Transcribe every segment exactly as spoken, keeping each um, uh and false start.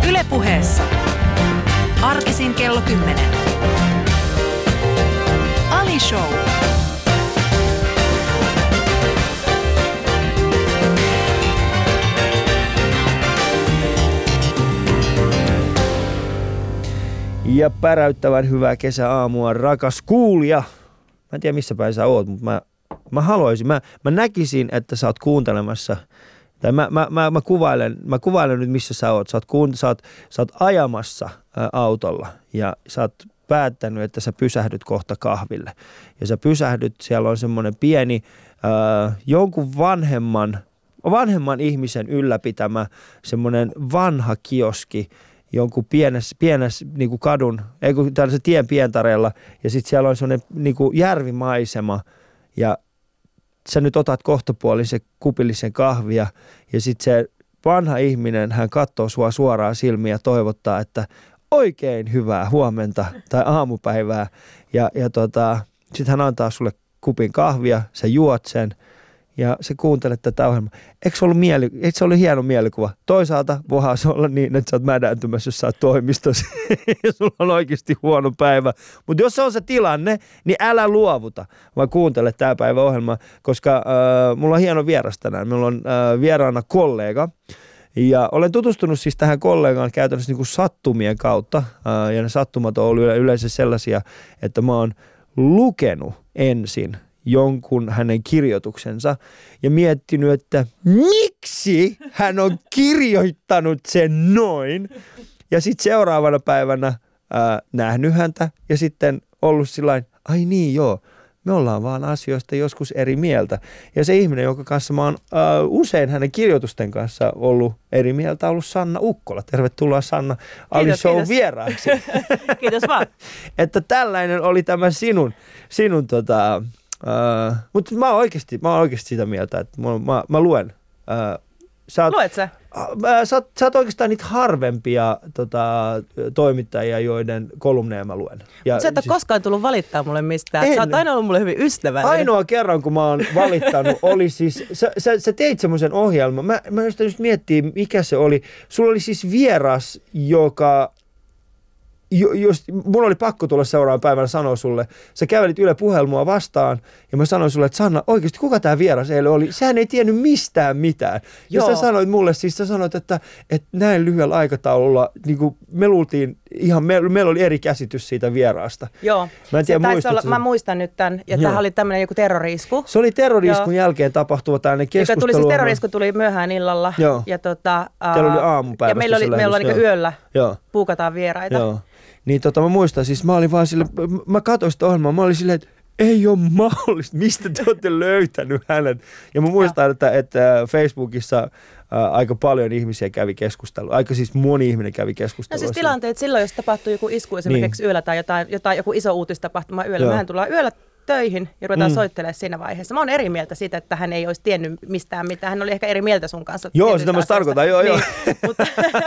Yle Puheessa. Arkisin kello kymmenen. Ali Show. Ja päräyttävän hyvää kesäaamua, rakas kuulija. Mä en tiedä missä päin sä oot, mutta mä, mä haluaisin, mä, mä näkisin, että sä oot kuuntelemassa. Tai mä, mä, mä, mä, kuvailen, mä kuvailen nyt missä sä oot. Sä oot, kuunt, sä oot, sä oot ajamassa ä, autolla ja sä oot päättänyt, että sä pysähdyt kohta kahville. Ja sä pysähdyt, siellä on semmoinen pieni ä, jonkun vanhemman, vanhemman ihmisen ylläpitämä semmoinen vanha kioski, jonkun pienessä, pienessä niin kuin kadun, ei kun tällaisen tien pientareella, ja sitten siellä on semmoinen niin kuin järvimaisema, ja sä nyt otat kohtapuolisen kupillisen kahvia, ja sitten se vanha ihminen, hän katsoo sua suoraan silmiä ja toivottaa, että oikein hyvää huomenta tai aamupäivää, ja, ja tota, sitten hän antaa sulle kupin kahvia, sä juot sen, ja sä kuuntelet tätä ohjelmaa. Eikö se ollut, mieli, eikö se ollut hieno mielikuva? Toisaalta voihan se olla niin, että sä oot mädäntymässä jossain toimistossa ja sulla on oikeasti huono päivä. Mutta jos se on se tilanne, niin älä luovuta, vaan kuuntele tämä päivä ohjelmaa, koska äh, mulla on hieno vieras tänään. Meillä on äh, vieraana kollega. Ja olen tutustunut siis tähän kollegaan käytännössä niin kuin sattumien kautta. Äh, ja ne sattumat on ollut yleensä sellaisia, että mä oon lukenut ensin jonkun hänen kirjoituksensa ja miettinyt, että miksi hän on kirjoittanut sen noin. Ja sitten seuraavana päivänä ää, nähnyt häntä ja sitten ollut sillain, ai niin joo, me ollaan vaan asioista joskus eri mieltä. Ja se ihminen, jonka kanssa mä oon ää, usein hänen kirjoitusten kanssa ollut eri mieltä, on ollut Sanna Ukkola. Tervetuloa Sanna Ali Show vieraaksi. Kiitos vaan. Että tällainen oli tämä sinun, sinun tota... Uh, mutta mä oon oikeasti, mä oon oikeasti sitä mieltä, että mä, mä, mä luen. Uh, sä oot, Luet sä? Uh, sä, oot, sä oot oikeastaan niitä harvempia tota, toimittajia, joiden kolumneja mä luen. Ja sä et ole siis koskaan tullut valittaa mulle mistään. En. Sä oot aina ollut mulle hyvin ystävällinen. Ainoa kerran, kun mä oon valittanut, oli siis, sä, sä, sä teit semmoisen ohjelman. Mä, mä just, just miettii, mikä se oli. Sulla oli siis vieras, joka... Just, mun oli pakko tulla seuraavan päivänä sanoa sulle, sä kävelit Yle Puheella mua vastaan ja mä sanoin sulle, että Sanna, oikeasti kuka tää vieras eilen oli? Sehän ei tiennyt mistään mitään. Joo. Ja sä sanoit mulle, siis sä sanoit, että, että näin lyhyellä aikataululla, niin kuin me luultiin ihan, me, meillä oli eri käsitys siitä vieraasta. Joo, mä, en tiedä, olla, mä muistan nyt tämän, ja tämä oli tämmöinen joku terrori-isku. Se oli terrori-iskun jälkeen tapahtuva tämmöinen keskustelu. Tuli siis terrori-isku tuli myöhään illalla. Joo. Ja tota, teillä oli aamupäivästä. Ja meillä oli, meillä oli niin yöllä, Joo. puukataan vieraita. Joo. Niin tota mä muistan, siis mä olin vaan sille, mä katsoin sitä ohjelmaa, mä olin silleen, että ei ole mahdollista, mistä te olette löytänyt hänet. Ja mä muistan, että, että Facebookissa ää, aika paljon ihmisiä kävi keskustelua, aika siis moni ihminen kävi keskustelua. No siis tilanteet silloin, jos tapahtuu joku isku esimerkiksi niin. yöllä tai jotain, jotain, joku iso uutistapahtuma yöllä, mehän tullaan yöllä töihin ja ruvetaan mm. soittelemaan siinä vaiheessa. Mä oon eri mieltä siitä, että hän ei olisi tiennyt mistään mitään. Hän oli ehkä eri mieltä sun kanssa. Joo, sitä mä tarkoitan, joo, joo. Niin, mutta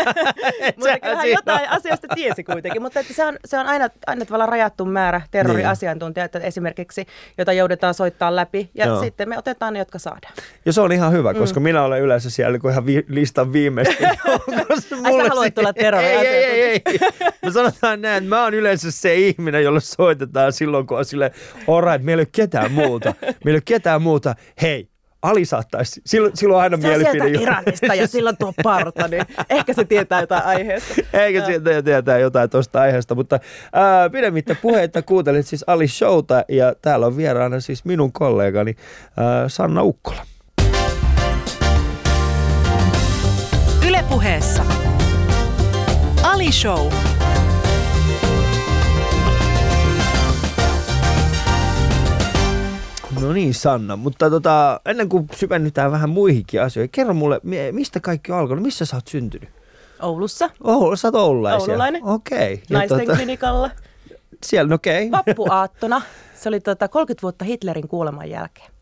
mutta kyllä hän jotain asioista tiesi kuitenkin. Mutta että se on, se on aina, aina tavallaan rajattu määrä terroriasiantuntijoita esimerkiksi, jota joudutaan soittaa läpi. Ja joo. sitten me otetaan ne, jotka saadaan. Ja se on ihan hyvä, koska mm. minä olen yleensä siellä kun ihan vi- listan viimeistä. Ai sä haluat tulla terroriasiantuntijoita? Ei, ei, ei. Mä sanotaan näin, että mä oon yleensä se ihminen, jolle soitetaan silloin, kun on silleen, right, meillä ei ole ketään muuta. Meillä ei ole ketään muuta. Hei, Ali saattaisi. Silloin, silloin on aina se mielipide. Se on sieltä Iranista ja silloin tuo parta, niin ehkä se tietää jotain aiheesta. Eikä sieltä tietää jotain tuosta aiheesta, mutta ää, pidemmittä puheita kuuntelit siis Ali Showta ja täällä on vieraana siis minun kollegani ää, Sanna Ukkola. Yle Puheessa. Ali Show. No niin, Sanna, mutta tota, ennen kuin syvennytään vähän muihinkin asioihin, kerro mulle, mistä kaikki on alkanut, missä sä oot syntynyt? Oulussa. Oulussa, sä oot oululaisia. Oululainen. Okei. Okay. Naisten tota, klinikalla. Siellä, okei. Okay. Vappuaattona. Se oli tota kolmekymmentä vuotta Hitlerin kuoleman jälkeen.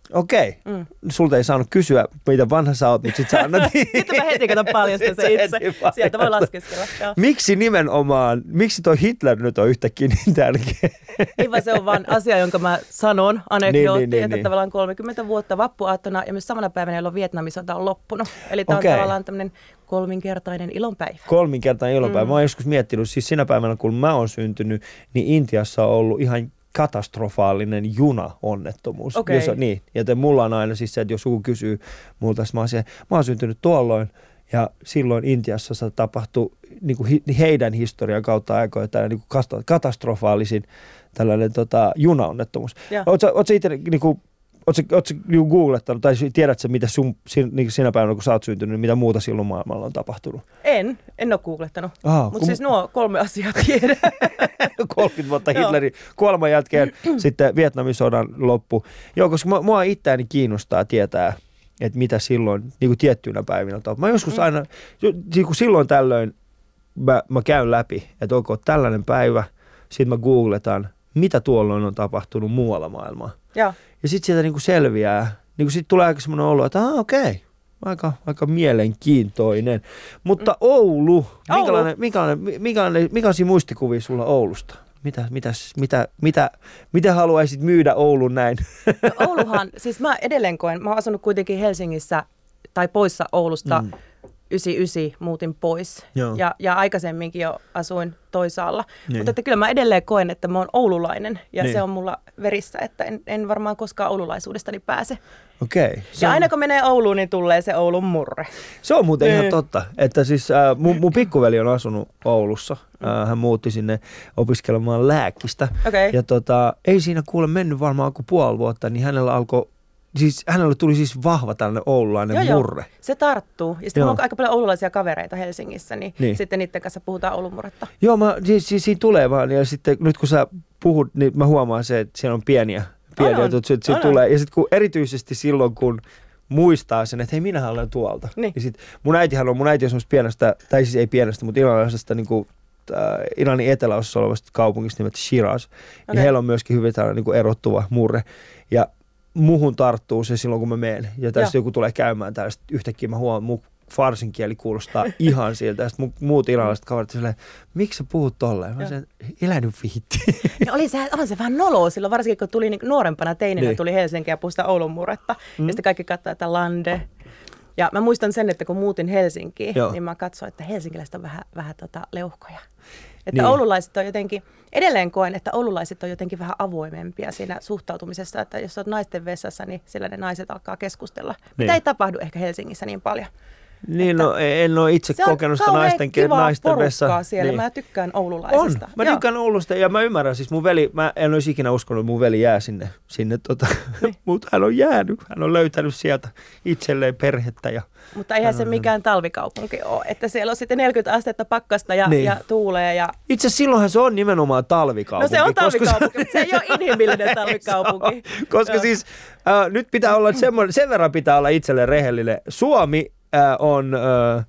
Okei. Mm. Sulta ei saanut kysyä, mitä vanha sä oot, mutta sit sä annat. Sitten mä heti katon paljasta se itse. Sieltä voi laskeskella. Joo. Miksi nimenomaan, miksi toi Hitler nyt on yhtäkkiä niin tärkeä? Ei vaan se on vaan asia, jonka mä sanon, anekdootti, niin, niin, niin, että niin. tavallaan kolmekymmentä vuotta vappuaattona ja myös samana päivänä, jolloin Vietnamin sota on loppunut. Eli tämä okay. on tavallaan tämmöinen kolminkertainen ilonpäivä. Kolminkertainen ilonpäivä. Mm. Mä oon joskus miettinyt, siis sinä päivänä kun mä oon syntynyt, niin Intiassa on ollut ihan katastrofaalinen junaonnettomuus. Okay. Jos, niin, joten mulla on aina siis se, että jos joku kysyy multa, mä oon, siellä, mä oon syntynyt tuolloin ja silloin Intiassa se tapahtui niin kuin heidän historian kautta aikoina tällainen niin kuin katastrofaalisin tällainen tota, junaonnettomuus. Oletko itse niin kuin Oletko niinku googlettanut tai tiedätkö sä, mitä sun, niin sinä päivänä, kun sä oot syntynyt, niin mitä muuta silloin maailmalla on tapahtunut? En, en ole googlettanut, mutta kun... siis nuo kolme asiaa tiedän. kolmekymmentä vuotta Hitlerin kuoleman jälkeen, sitten Vietnamin sodan loppu. Joo, koska mua itseäni kiinnostaa tietää, että mitä silloin niin kuin tiettyinä päivinä on. Mä joskus aina, niin kuin silloin tällöin mä, mä käyn läpi, että onko tällainen päivä, sitten mä googletan, mitä tuolloin on tapahtunut muualla maailmaa. Joo. Ja sitten sieltä niinku selviää, niinku sitten tulee aika semmoinen olo, että ah, okei, aika, aika mielenkiintoinen. Mutta mm. Oulu, minkälainen, minkälainen, minkälainen, minkälaisia muistikuvia sulla Oulusta? Mitä, mitäs, mitä, mitä, mitä haluaisit myydä Oulun näin? No Ouluhan, siis mä edelleen koen, mä oon asunut kuitenkin Helsingissä tai poissa Oulusta mm. yhdeksänkymmentäyhdeksän muutin pois ja, ja aikaisemminkin jo asuin toisaalla. Niin. Mutta että kyllä mä edelleen koen, että mä oon oululainen ja niin. se on mulla verissä, että en, en varmaan koskaan oululaisuudestani pääse. Okei. Ja on... aina kun menee Ouluun, niin tulee se Oulun murre. Se on muuten mm. ihan totta, että siis äh, mun, mun pikkuveli on asunut Oulussa. Äh, hän muutti sinne opiskelemaan lääkistä. Okay. Ja tota, ei siinä kuule mennyt varmaan kuin puoli vuotta, niin hänellä alkoi Siis hänellä tuli siis vahva tällainen oululainen joo, murre. Joo, se tarttuu. Ja sitten mulla on aika paljon oululaisia kavereita Helsingissä, niin, niin. sitten niiden kanssa puhutaan Oulun murretta. Joo, mä, siis, siis siinä tulee vaan. Ja sitten nyt kun sä puhut, niin mä huomaan se, että siellä on pieniä. pieniä on, että se tulee. Ja sitten kun erityisesti silloin, kun muistaa sen, että hei, minähän olen tuolta. Niin. Ja sit mun äitihän on, mun äiti on semmoista pienestä, tai siis ei pienestä, mutta iranilaisesta niin kuin äh, Iranin eteläosassa olevasta kaupungista nimeltä Shiraz. Okay. Ja heillä on myöskin hyvin tällainen niin kuin erottuva murre. Ja muhun tarttuu se silloin, kun mä menen. Ja tästä joku tulee käymään täällä. Yhtäkkiä mä huomaan, mun farsin kieli kuulostaa ihan siltä. Ja sitten muut iranilaiset kaverit silleen, miksi sä puhut tolleen? Mä sanoin, elä nyt viitti. No oli se, on se vähän noloa silloin, varsinkin kun tuli niin nuorempana teininä, niin. tuli Helsinkiin ja puhui sitä Oulun murretta. Mm. Ja sitten kaikki katsoi, että Lande. Ja mä muistan sen, että kun muutin Helsinkiin, Joo. niin mä katsoin, että helsinkiläiset on vähän, vähän tota leuhkoja. Että niin. oululaiset on jotenkin, edelleen koen, että oululaiset on jotenkin vähän avoimempia siinä suhtautumisessa, että jos olet naisten vessassa, niin siellä ne naiset alkaa keskustella. Niin. Mitä ei tapahdu ehkä Helsingissä niin paljon. Niin, no en ole itse kokenut sitä naisten, naisten vessa. Siellä. Niin. Mä tykkään oululaisesta. On. Mä Joo. tykkään Oulusta ja mä ymmärrän. Siis mun veli, mä en olisi ikinä uskonut, että mun veli jää sinne. sinne tota. Niin. Mutta hän on jäänyt. Hän on löytänyt sieltä itselleen perhettä. Ja mutta eihän se mikään talvikaupunki ole. Että siellä on sitten neljäkymmentä astetta pakkasta ja, niin. ja tuulee. Ja... Itse asiassa silloinhan se on nimenomaan talvikaupunki. No se on talvikaupunki, mutta se ei ole inhimillinen talvikaupunki. Koska siis äh, nyt pitää olla, sen verran pitää olla itselleen rehellinen. Suomi Äh, on, äh,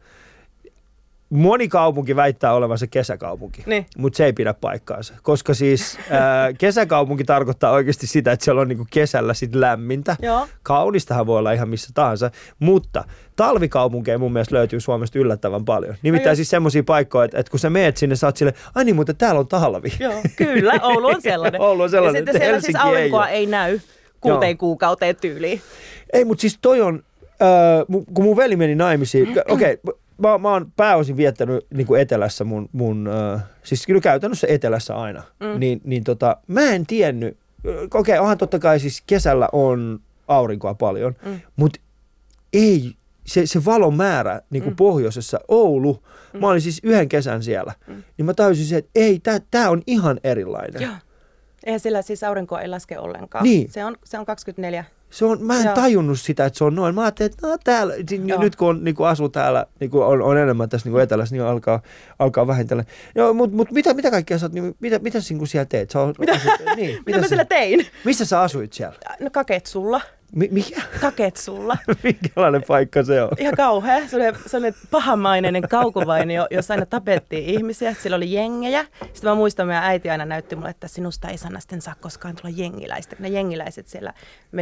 moni kaupunki väittää olevansa kesäkaupunki, niin. mutta se ei pidä paikkaansa, koska siis äh, kesäkaupunki tarkoittaa oikeasti sitä, että siellä on niinku kesällä sit lämmintä. Joo. Kaunistahan voi olla ihan missä tahansa, mutta talvikaupunkeja mun mielestä löytyy Suomesta yllättävän paljon. Nimittäin no siis semmoisia paikkoja, että, että kun sä meet sinne, sä oot silleen, ai niin, mutta täällä on talvi. Joo, kyllä, Oulu on sellainen. Oulu on sellainen, ja sitten siellä siis aurinkoa ei, ei näy kuuteen Joo. kuukauteen tyyliin. Ei, mutta siis toi on... Öö, kun mun veli meni naimisiin, okei, okay, mä, mä oon pääosin viettänyt niin kuin etelässä mun, mun öö, siis kyllä käytännössä etelässä aina, mm. niin, niin tota, mä en tiennyt, okei, okay, onhan totta kai siis kesällä on aurinkoa paljon, mm. mutta ei, se, se valon määrä niin kuin mm. pohjoisessa, Oulu, mm. mä olin siis yhden kesän siellä, mm. niin mä tajusin se, että ei, tää, tää on ihan erilainen. Joo. Eihän sillä siis aurinkoa ei laske ollenkaan, niin. se, on, se on kaksikymmentäneljä. Se on, mä en Joo. tajunnut sitä, että se on noin. Mä ajattelin, että no, täällä, Joo. nyt kun on, niin kuin asuu täällä, niin kuin on, on enemmän tässä niin kuin etelässä, niin alkaa, alkaa vähitellä. Joo, mutta mut mitä, mitä kaikkea sä oot, niin, mitä, mitä sä niin siellä teet? Sä mitä asut, niin, mitä, mitä mä siellä tein? Missä sä asuit siellä? No Kaketsulla. Mi- mikä? Kaketsulla. Minkälainen paikka se on? Ihan kauhea. Se oli sellainen pahamainen kaukovainio, jossa aina tapettiin ihmisiä. Sillä oli jengejä. Sitten mä muistan, meidän äiti aina näytti mulle, että sinusta ei Sanna sitten saa koskaan tulla jengiläistä. Ne jengiläiset siellä meidän niin kuin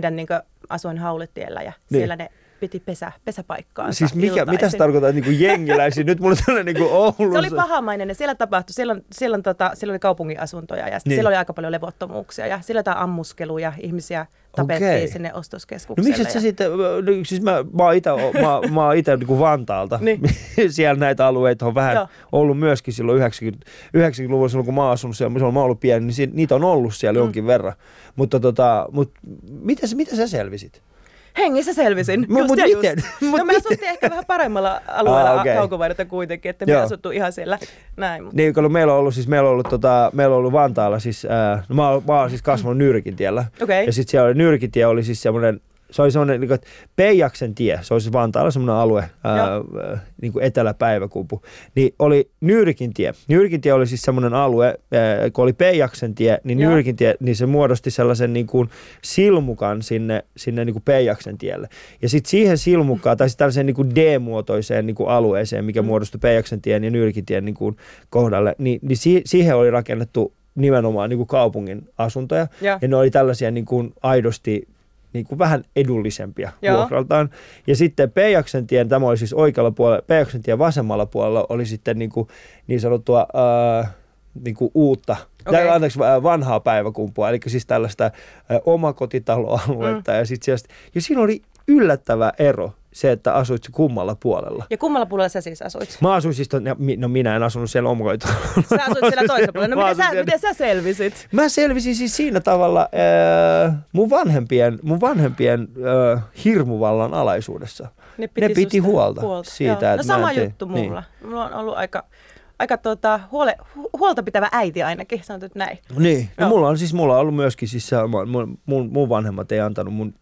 asuin Haulitiellä ja niin. siellä ne piti pesä, pesäpaikkaansa Siis mikä, mitä se tarkoittaa, että niin jengiläisiä? Nyt mulla on niin Oulussa. Se oli pahamainen ja siellä tapahtui, siellä, siellä, tota, siellä oli kaupungin asuntoja ja niin. siellä oli aika paljon levottomuuksia ja siellä jotain ammuskeluja, ihmisiä tapettiin okay. sinne ostoskeskukselle. No miksi et sä sitten, siis mä, mä oon ite, mä, mä oon ite niin Vantaalta, niin. siellä näitä alueita on vähän Joo. ollut myöskin silloin yhdeksänkymmentäluvulla, silloin kun mä oon asunut siellä, silloin mä oon ollut pieni, niin niitä on ollut siellä mm. jonkin verran. Mutta tota, mut, mitä, mitä sä selvisit? Hengissä selvisin. Mut, mut miten? Mut no me asuttiin ehkä vähän paremmalla alueella ah, okay. Kaukovanilta kuitenkin, että me Joo. asuttu ihan siellä näin. Mutta. Niin, kun meillä on ollut, siis meillä on ollut, tota, meillä on ollut Vantaalla, siis, ää, no mä, oon, mä oon siis kasvanut Nyrkintiellä. Okay. Ja sitten siellä oli, Nyrkintie oli siis semmoinen, se oli semmoinen, niin kuin, että Peijaksen tie, se oli siis Vantaalla semmoinen alue, ää, niin kuin Etelä-Päiväkumpu, niin oli Nyrkintie. Nyrkintie oli siis semmoinen alue, ää, kun oli Peijaksen tie, niin Joo. Nyrkintie, niin se muodosti sellaisen niin kuin silmukan sinne, sinne niin kuin Peijaksen tielle. Ja sitten siihen silmukkaan, tai sitten tällaiseen niin kuin D-muotoiseen niin kuin alueeseen, mikä mm. muodostui Peijaksen tien ja Nyrkintien niin kuin kohdalle, niin, niin si- siihen oli rakennettu nimenomaan niin kuin kaupungin asuntoja. Ja, ja ne oli tällaisia niin kuin aidosti niin kuin vähän edullisempia Joo. vuokraltaan. Ja sitten Peijaksen tien, tämä oli siis oikealla puolella, Peijaksen tien vasemmalla puolella oli sitten niin, kuin, niin sanottua ää, niin kuin uutta, okay. anteeksi, vanhaa Päiväkumpua, eli siis tällaista ää, omakotitaloaluetta. Mm. Ja, sit sieltä, ja siinä oli yllättävä ero se, että asuit kummalla puolella. Ja kummalla puolella sä siis asuit? Mä asuin siis, no minä en asunut siellä omakotitalolla. Sä asuit siellä toisella puolella. No miten sä, miten sä selvisit? Mä selvisin siis siinä tavalla äh, mun vanhempien, mun vanhempien äh, hirmuvallan alaisuudessa. Ne piti, ne piti huolta, huolta siitä. Että no sama te, juttu mulla. Niin. Mulla on ollut aika, aika tuota, huole, huolta pitävä äiti ainakin, sanotaan näin. Niin, no, mulla on siis mulla on ollut myöskin, siis mun, mun, mun vanhemmat ei antanut mun,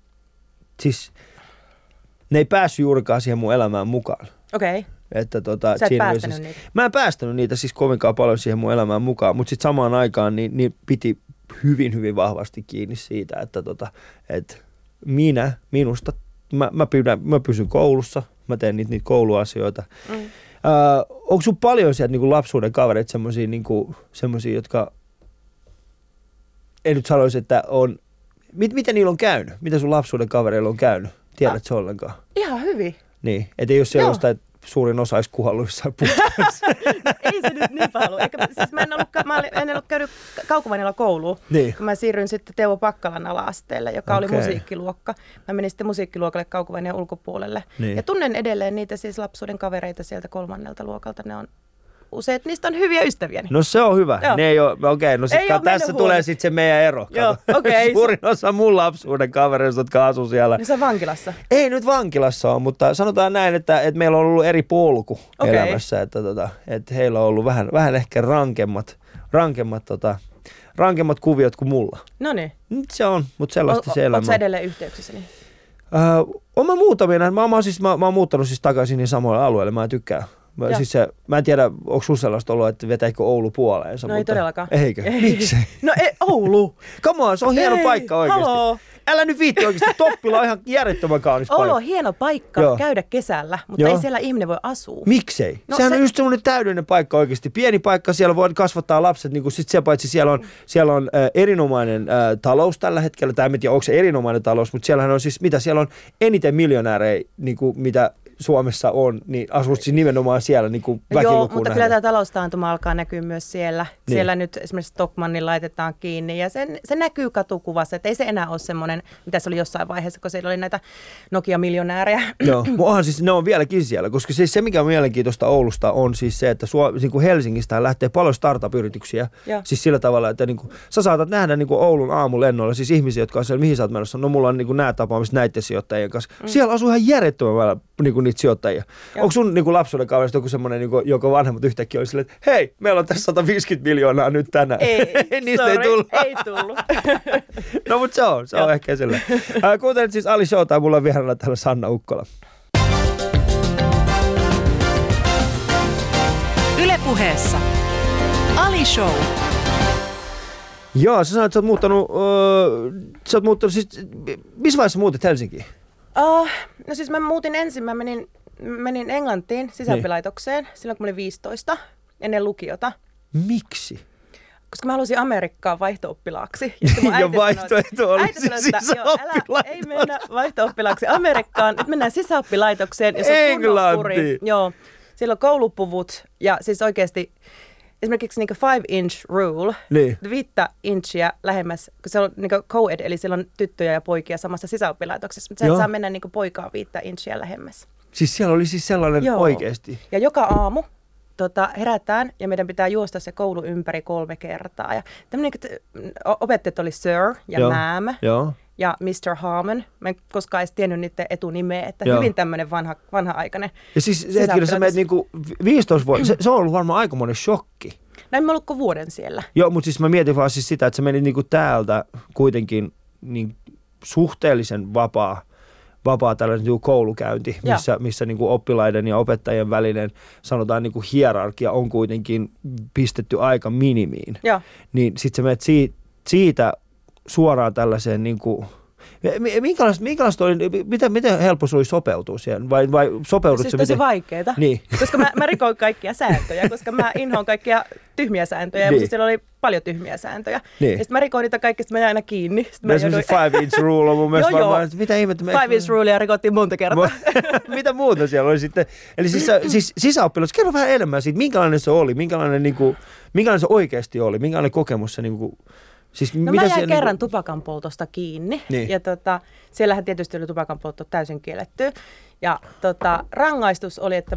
siis ne ei päässyt juurikaan siihen mun elämään mukaan. Okei. Okay. Että tota, Sä et siinä päästänyt siis, niitä? Mä en päästänyt niitä siis kovinkaan paljon siihen mun elämään mukaan, mutta sitten samaan aikaan niin, niin piti hyvin, hyvin vahvasti kiinni siitä, että tota, et minä, minusta, mä, mä, pyydän, mä pysyn koulussa, mä teen niitä, niitä kouluasioita. Mm. Äh, onko sun paljon sieltä niin kuin lapsuuden kavereita semmosia, niin kuin, semmosia, jotka, en nyt sanoisi, että on, mit, miten niillä on käynyt? Mitä sun lapsuuden kavereilla on käynyt? Tiedätkö se ollenkaan? Ihan hyvin. Niin, ettei ole sellaista, että suurin osa olisi kuhallut jossain puhtaassa. Ei se nyt niin paljon. Eikä, siis mä en ollut, mä en ollut käynyt Kaukovanilla kouluun. Niin. Mä siirryin sitten Teuvo Pakkalan ala-asteelle, joka okay. oli musiikkiluokka. Mä menin sitten musiikkiluokalle Kaukovanien ulkopuolelle. Niin. Ja tunnen edelleen niitä siis lapsuuden kavereita sieltä kolmannelta luokalta. Ne on useat niistä on hyviä ystäviä. No se on hyvä. Ne ei ole, okei, okay, no sit ka, tässä tulee sitten se meidän ero. Joo, okay. Suurin osa mun lapsuuden kavereista, jotka asuu siellä. No se on vankilassa. Ei nyt vankilassa on, mutta sanotaan näin, että, että meillä on ollut eri polku okay. elämässä. Että, tota, että heillä on ollut vähän, vähän ehkä rankemmat, rankemmat, tota, rankemmat kuviot kuin mulla. No niin. Se on, mutta sellaista o, se elämä. Oletko sä edelleen yhteyksissä? Niin? Öö, olen mä muutamia. Mä, mä, siis, mä, mä oon muuttanut siis takaisin niin samoille alueille. Mä tykkään. Mä, siis se, mä en tiedä, onko sun sellaista ollut, että vetäikö Oulu puoleensa. No mutta ei todellakaan. Eikö? Ei. Miksi? No ei, Oulu. Come on, se on hieno ei, paikka oikeasti. Haloo. Älä nyt viitti oikeasti. Toppila on ihan järjettömän kaunis paikka. Oulu on hieno paikka Joo. käydä kesällä, mutta Joo. ei siellä ihminen voi asua. Miksei? No Sehän se... on just semmoinen täydellinen paikka oikeasti. Pieni paikka, siellä voi kasvattaa lapset. Niin sit siellä paitsi siellä on, siellä on äh, erinomainen äh, talous tällä hetkellä. Tai en tiedä, onko se erinomainen talous, mutta siellähän on siis, mitä siellä on eniten miljonäärejä, niin kuin mitä Suomessa on, niin asuu siis nimenomaan siellä niin kuin väkilukuun Joo, mutta nähden. kyllä tämä taloustaantuma alkaa näkyä myös siellä. Niin. Siellä nyt esimerkiksi Stockmannin laitetaan kiinni ja sen, se näkyy katukuvassa, että ei se enää ole semmoinen, mitä se oli jossain vaiheessa, kun siellä oli näitä Nokia-miljonäärejä. Joo, onhan siis ne on vieläkin siellä, koska siis se mikä on mielenkiintoista Oulusta on siis se, että Suo, niin kuin Helsingistä lähtee paljon startup-yrityksiä. Joo. Siis sillä tavalla, että niin kuin, sä saatat nähdä niin kuin Oulun aamulennoilla siis ihmisiä, jotka on siellä, mihin sä oot menossa. No mulla on niin kuin nämä tapaamiset näiden sijoittajien kanssa. Mm. Siellä asuu ihan järjettömän niin kuin niitä sijoittajia. Joo. Onko sun niin kuin lapsuuden kaverista joku semmoinen, niin kuin, joka vanhemmat yhtäkkiä oli silleen, että hei, meillä on tässä sata viisikymmentä miljoonaa nyt tänään. Ei, niistä sorry, ei tullut. ei tullut. No mutta se on, se on ehkä silleen. Äh, kuuntelit siis Ali Showta, mulla on vieraana täällä Sanna Ukkola. Yle Puheessa Ali Show. Joo, sä sanoit, että sä oot muuttanut, öö, sä oot muuttanut, siis missä vaiheessa muutit Helsinkiin? Uh, no siis mä muutin ensin, mä menin, menin Englantiin sisäoppilaitokseen niin. silloin kun mä olin viisitoista, ennen lukiota. Miksi? koska mä halusin Amerikkaan vaihto-oppilaaksi. Ja, ja vaihtoehto oli sisäoppilaitos. Ei mennä vaihto-oppilaaksi Amerikkaan, nyt mennään sisäoppilaitokseen. Englantiin. Joo, siellä on koulupuvut ja siis oikeasti esimerkiksi niin five inch rule, niin. viittä inchiä lähemmäs, kun se on niin co-ed, eli siellä on tyttöjä ja poikia samassa sisäoppilaitoksessa, mutta sä et saa mennä niin poikaa viittä inchiä lähemmäs. Siis siellä oli siis sellainen Joo. oikeasti? Ja joka aamu tota, herätään ja meidän pitää juosta se koulu ympäri kolme kertaa. Ja opettajat oli Sir ja Joo. Ma'am Joo. ja mister Harmon. Mä en koskaan edes tiennyt niiden etunimeä, että Joo. hyvin tämmöinen vanha, vanha-aikainen. Ja siis hetkinen, sä menet niinku viisitoista vuotta, se, se on ollut varmaan aikamoinen shokki. Näin mä ollutko vuoden siellä. Joo, mutta siis mä mietin vaan siis sitä, että sä menit niinku täältä kuitenkin niin suhteellisen vapaa. vapaa tällainen niin koulukäynti, missä, missä niin kuin oppilaiden ja opettajien välinen sanotaan niin kuin hierarkia on kuitenkin pistetty aika minimiin. Ja. Niin sitten sä menet siitä, siitä suoraan tällaiseen niin kuin, minkälaista, minkälaista oli, miten, miten helppo se oli sopeutua siihen, vai, vai sopeudut siis se tosi miten? vaikeeta, niin. koska mä, mä rikoin kaikkia sääntöjä, koska mä inhoan kaikkia tyhmiä sääntöjä, niin. mutta siellä oli paljon tyhmiä sääntöjä. Niin. Ja sitten mä rikoin niitä kaikki, sitten mä jäin aina kiinni. No jouduin... se five inch rule on mun mielestä varmaan, että mitä ihmettä me... Five inch rulea rikottiin monta kertaa. Mitä muuta siellä oli sitten? Eli siis, siis sisäoppilas, kerro vähän enemmän siitä, minkälainen se oli, minkälainen, niin kuin, minkälainen se oikeasti oli, minkälainen kokemus se... Niin kuin, siis no mitä mä jäin kerran niin kuin... tupakan poltosta kiinni. Niin. Ja tota, siellähän tietysti oli tupakan poltto täysin kielletty. Ja tota, rangaistus oli, että...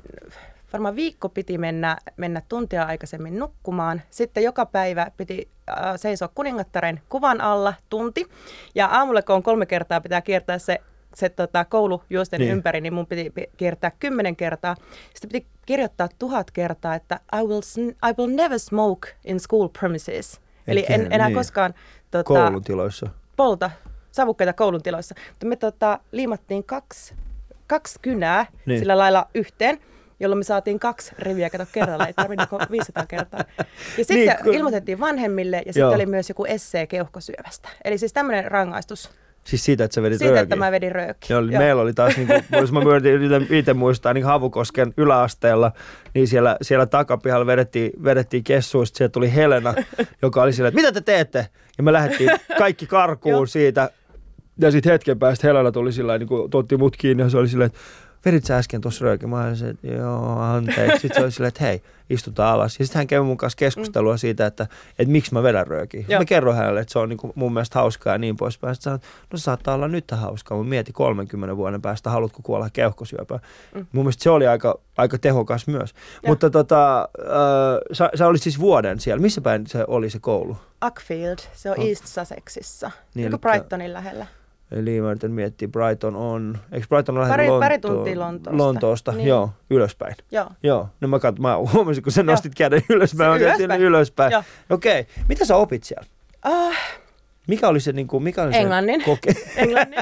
Varmaan viikko piti mennä, mennä tuntia aikaisemmin nukkumaan. Sitten joka päivä piti äh, seisoa kuningattaren kuvan alla tunti. Ja aamulla, kun on kolme kertaa, pitää kiertää se, se tota, koulu juosten niin. ympäri, niin mun piti kiertää kymmenen kertaa. Sitten piti kirjoittaa tuhat kertaa, että I will, I will never smoke in school premises. Eli en enää niin. koskaan... Tota, koulun tiloissa. Polta savukkeita koulun tiloissa. Mutta me tota, liimattiin kaksi, kaksi kynää niin. sillä lailla yhteen, jolloin me saatiin kaksi riviä, kato kerralla, ei tarvinnut viisisataa kertaa. Ja sitten niin, kun... ilmoitettiin vanhemmille, ja sitten oli myös joku essee keuhkosyövästä. Eli siis tämmöinen rangaistus. Siis siitä, että sä vedit siitä, röökiä? Siitä, että mä vedin röökiä. Joo, meillä oli taas, niin kuin, jos mä itse muistaa, niin Havukosken yläasteella, niin siellä, siellä takapihalla vedettiin, vedettiin kessuista, sieltä tuli Helena, joka oli silleen, että mitä te teette? Ja me lähdettiin kaikki karkuun siitä, ja sitten hetken päästä Helena tuli sillä niin kuin otti mut kiinni, ja se oli silleen, että vedit sä äsken tuossa röökin? Mä olisin, että joo, anteeksi. Sitten se oli silleen, että hei, istutaan alas. Ja sitten hän kävi mun kanssa keskustelua siitä, että, että miksi mä vedän röökiä. Mä kerron hänelle, että se on niin kuin mun mielestä hauskaa ja niin poispäin. Sitten sanoin, no se saattaa olla nyt hauskaa. Mä mietin kolmenkymmenen vuoden päästä, haluatko kuolla keuhkosyöpään. Mm. Mun mielestä se oli aika, aika tehokas myös. Ja. Mutta tota, äh, sä, sä olit siis vuoden siellä. Missä päin se oli se koulu? Uckfield, se on oh. East Sussexissa, niin, niin kuin Brightonin lähellä. Eli mä yritän miettiä, Brighton on, eikö Brighton ole pari, Lonto- pari tuntia Lontoosta. Lontoosta, niin. Joo, ylöspäin. Joo. Joo, no mä, kat, mä huomasin, kun sä nostit käden ylöspäin, mä ylöspäin. ylöspäin. Okei, okay. Mitä sä opit siellä? Uh, mikä oli se, niin kuin, mikä oli Englannin. se koke? Englannin.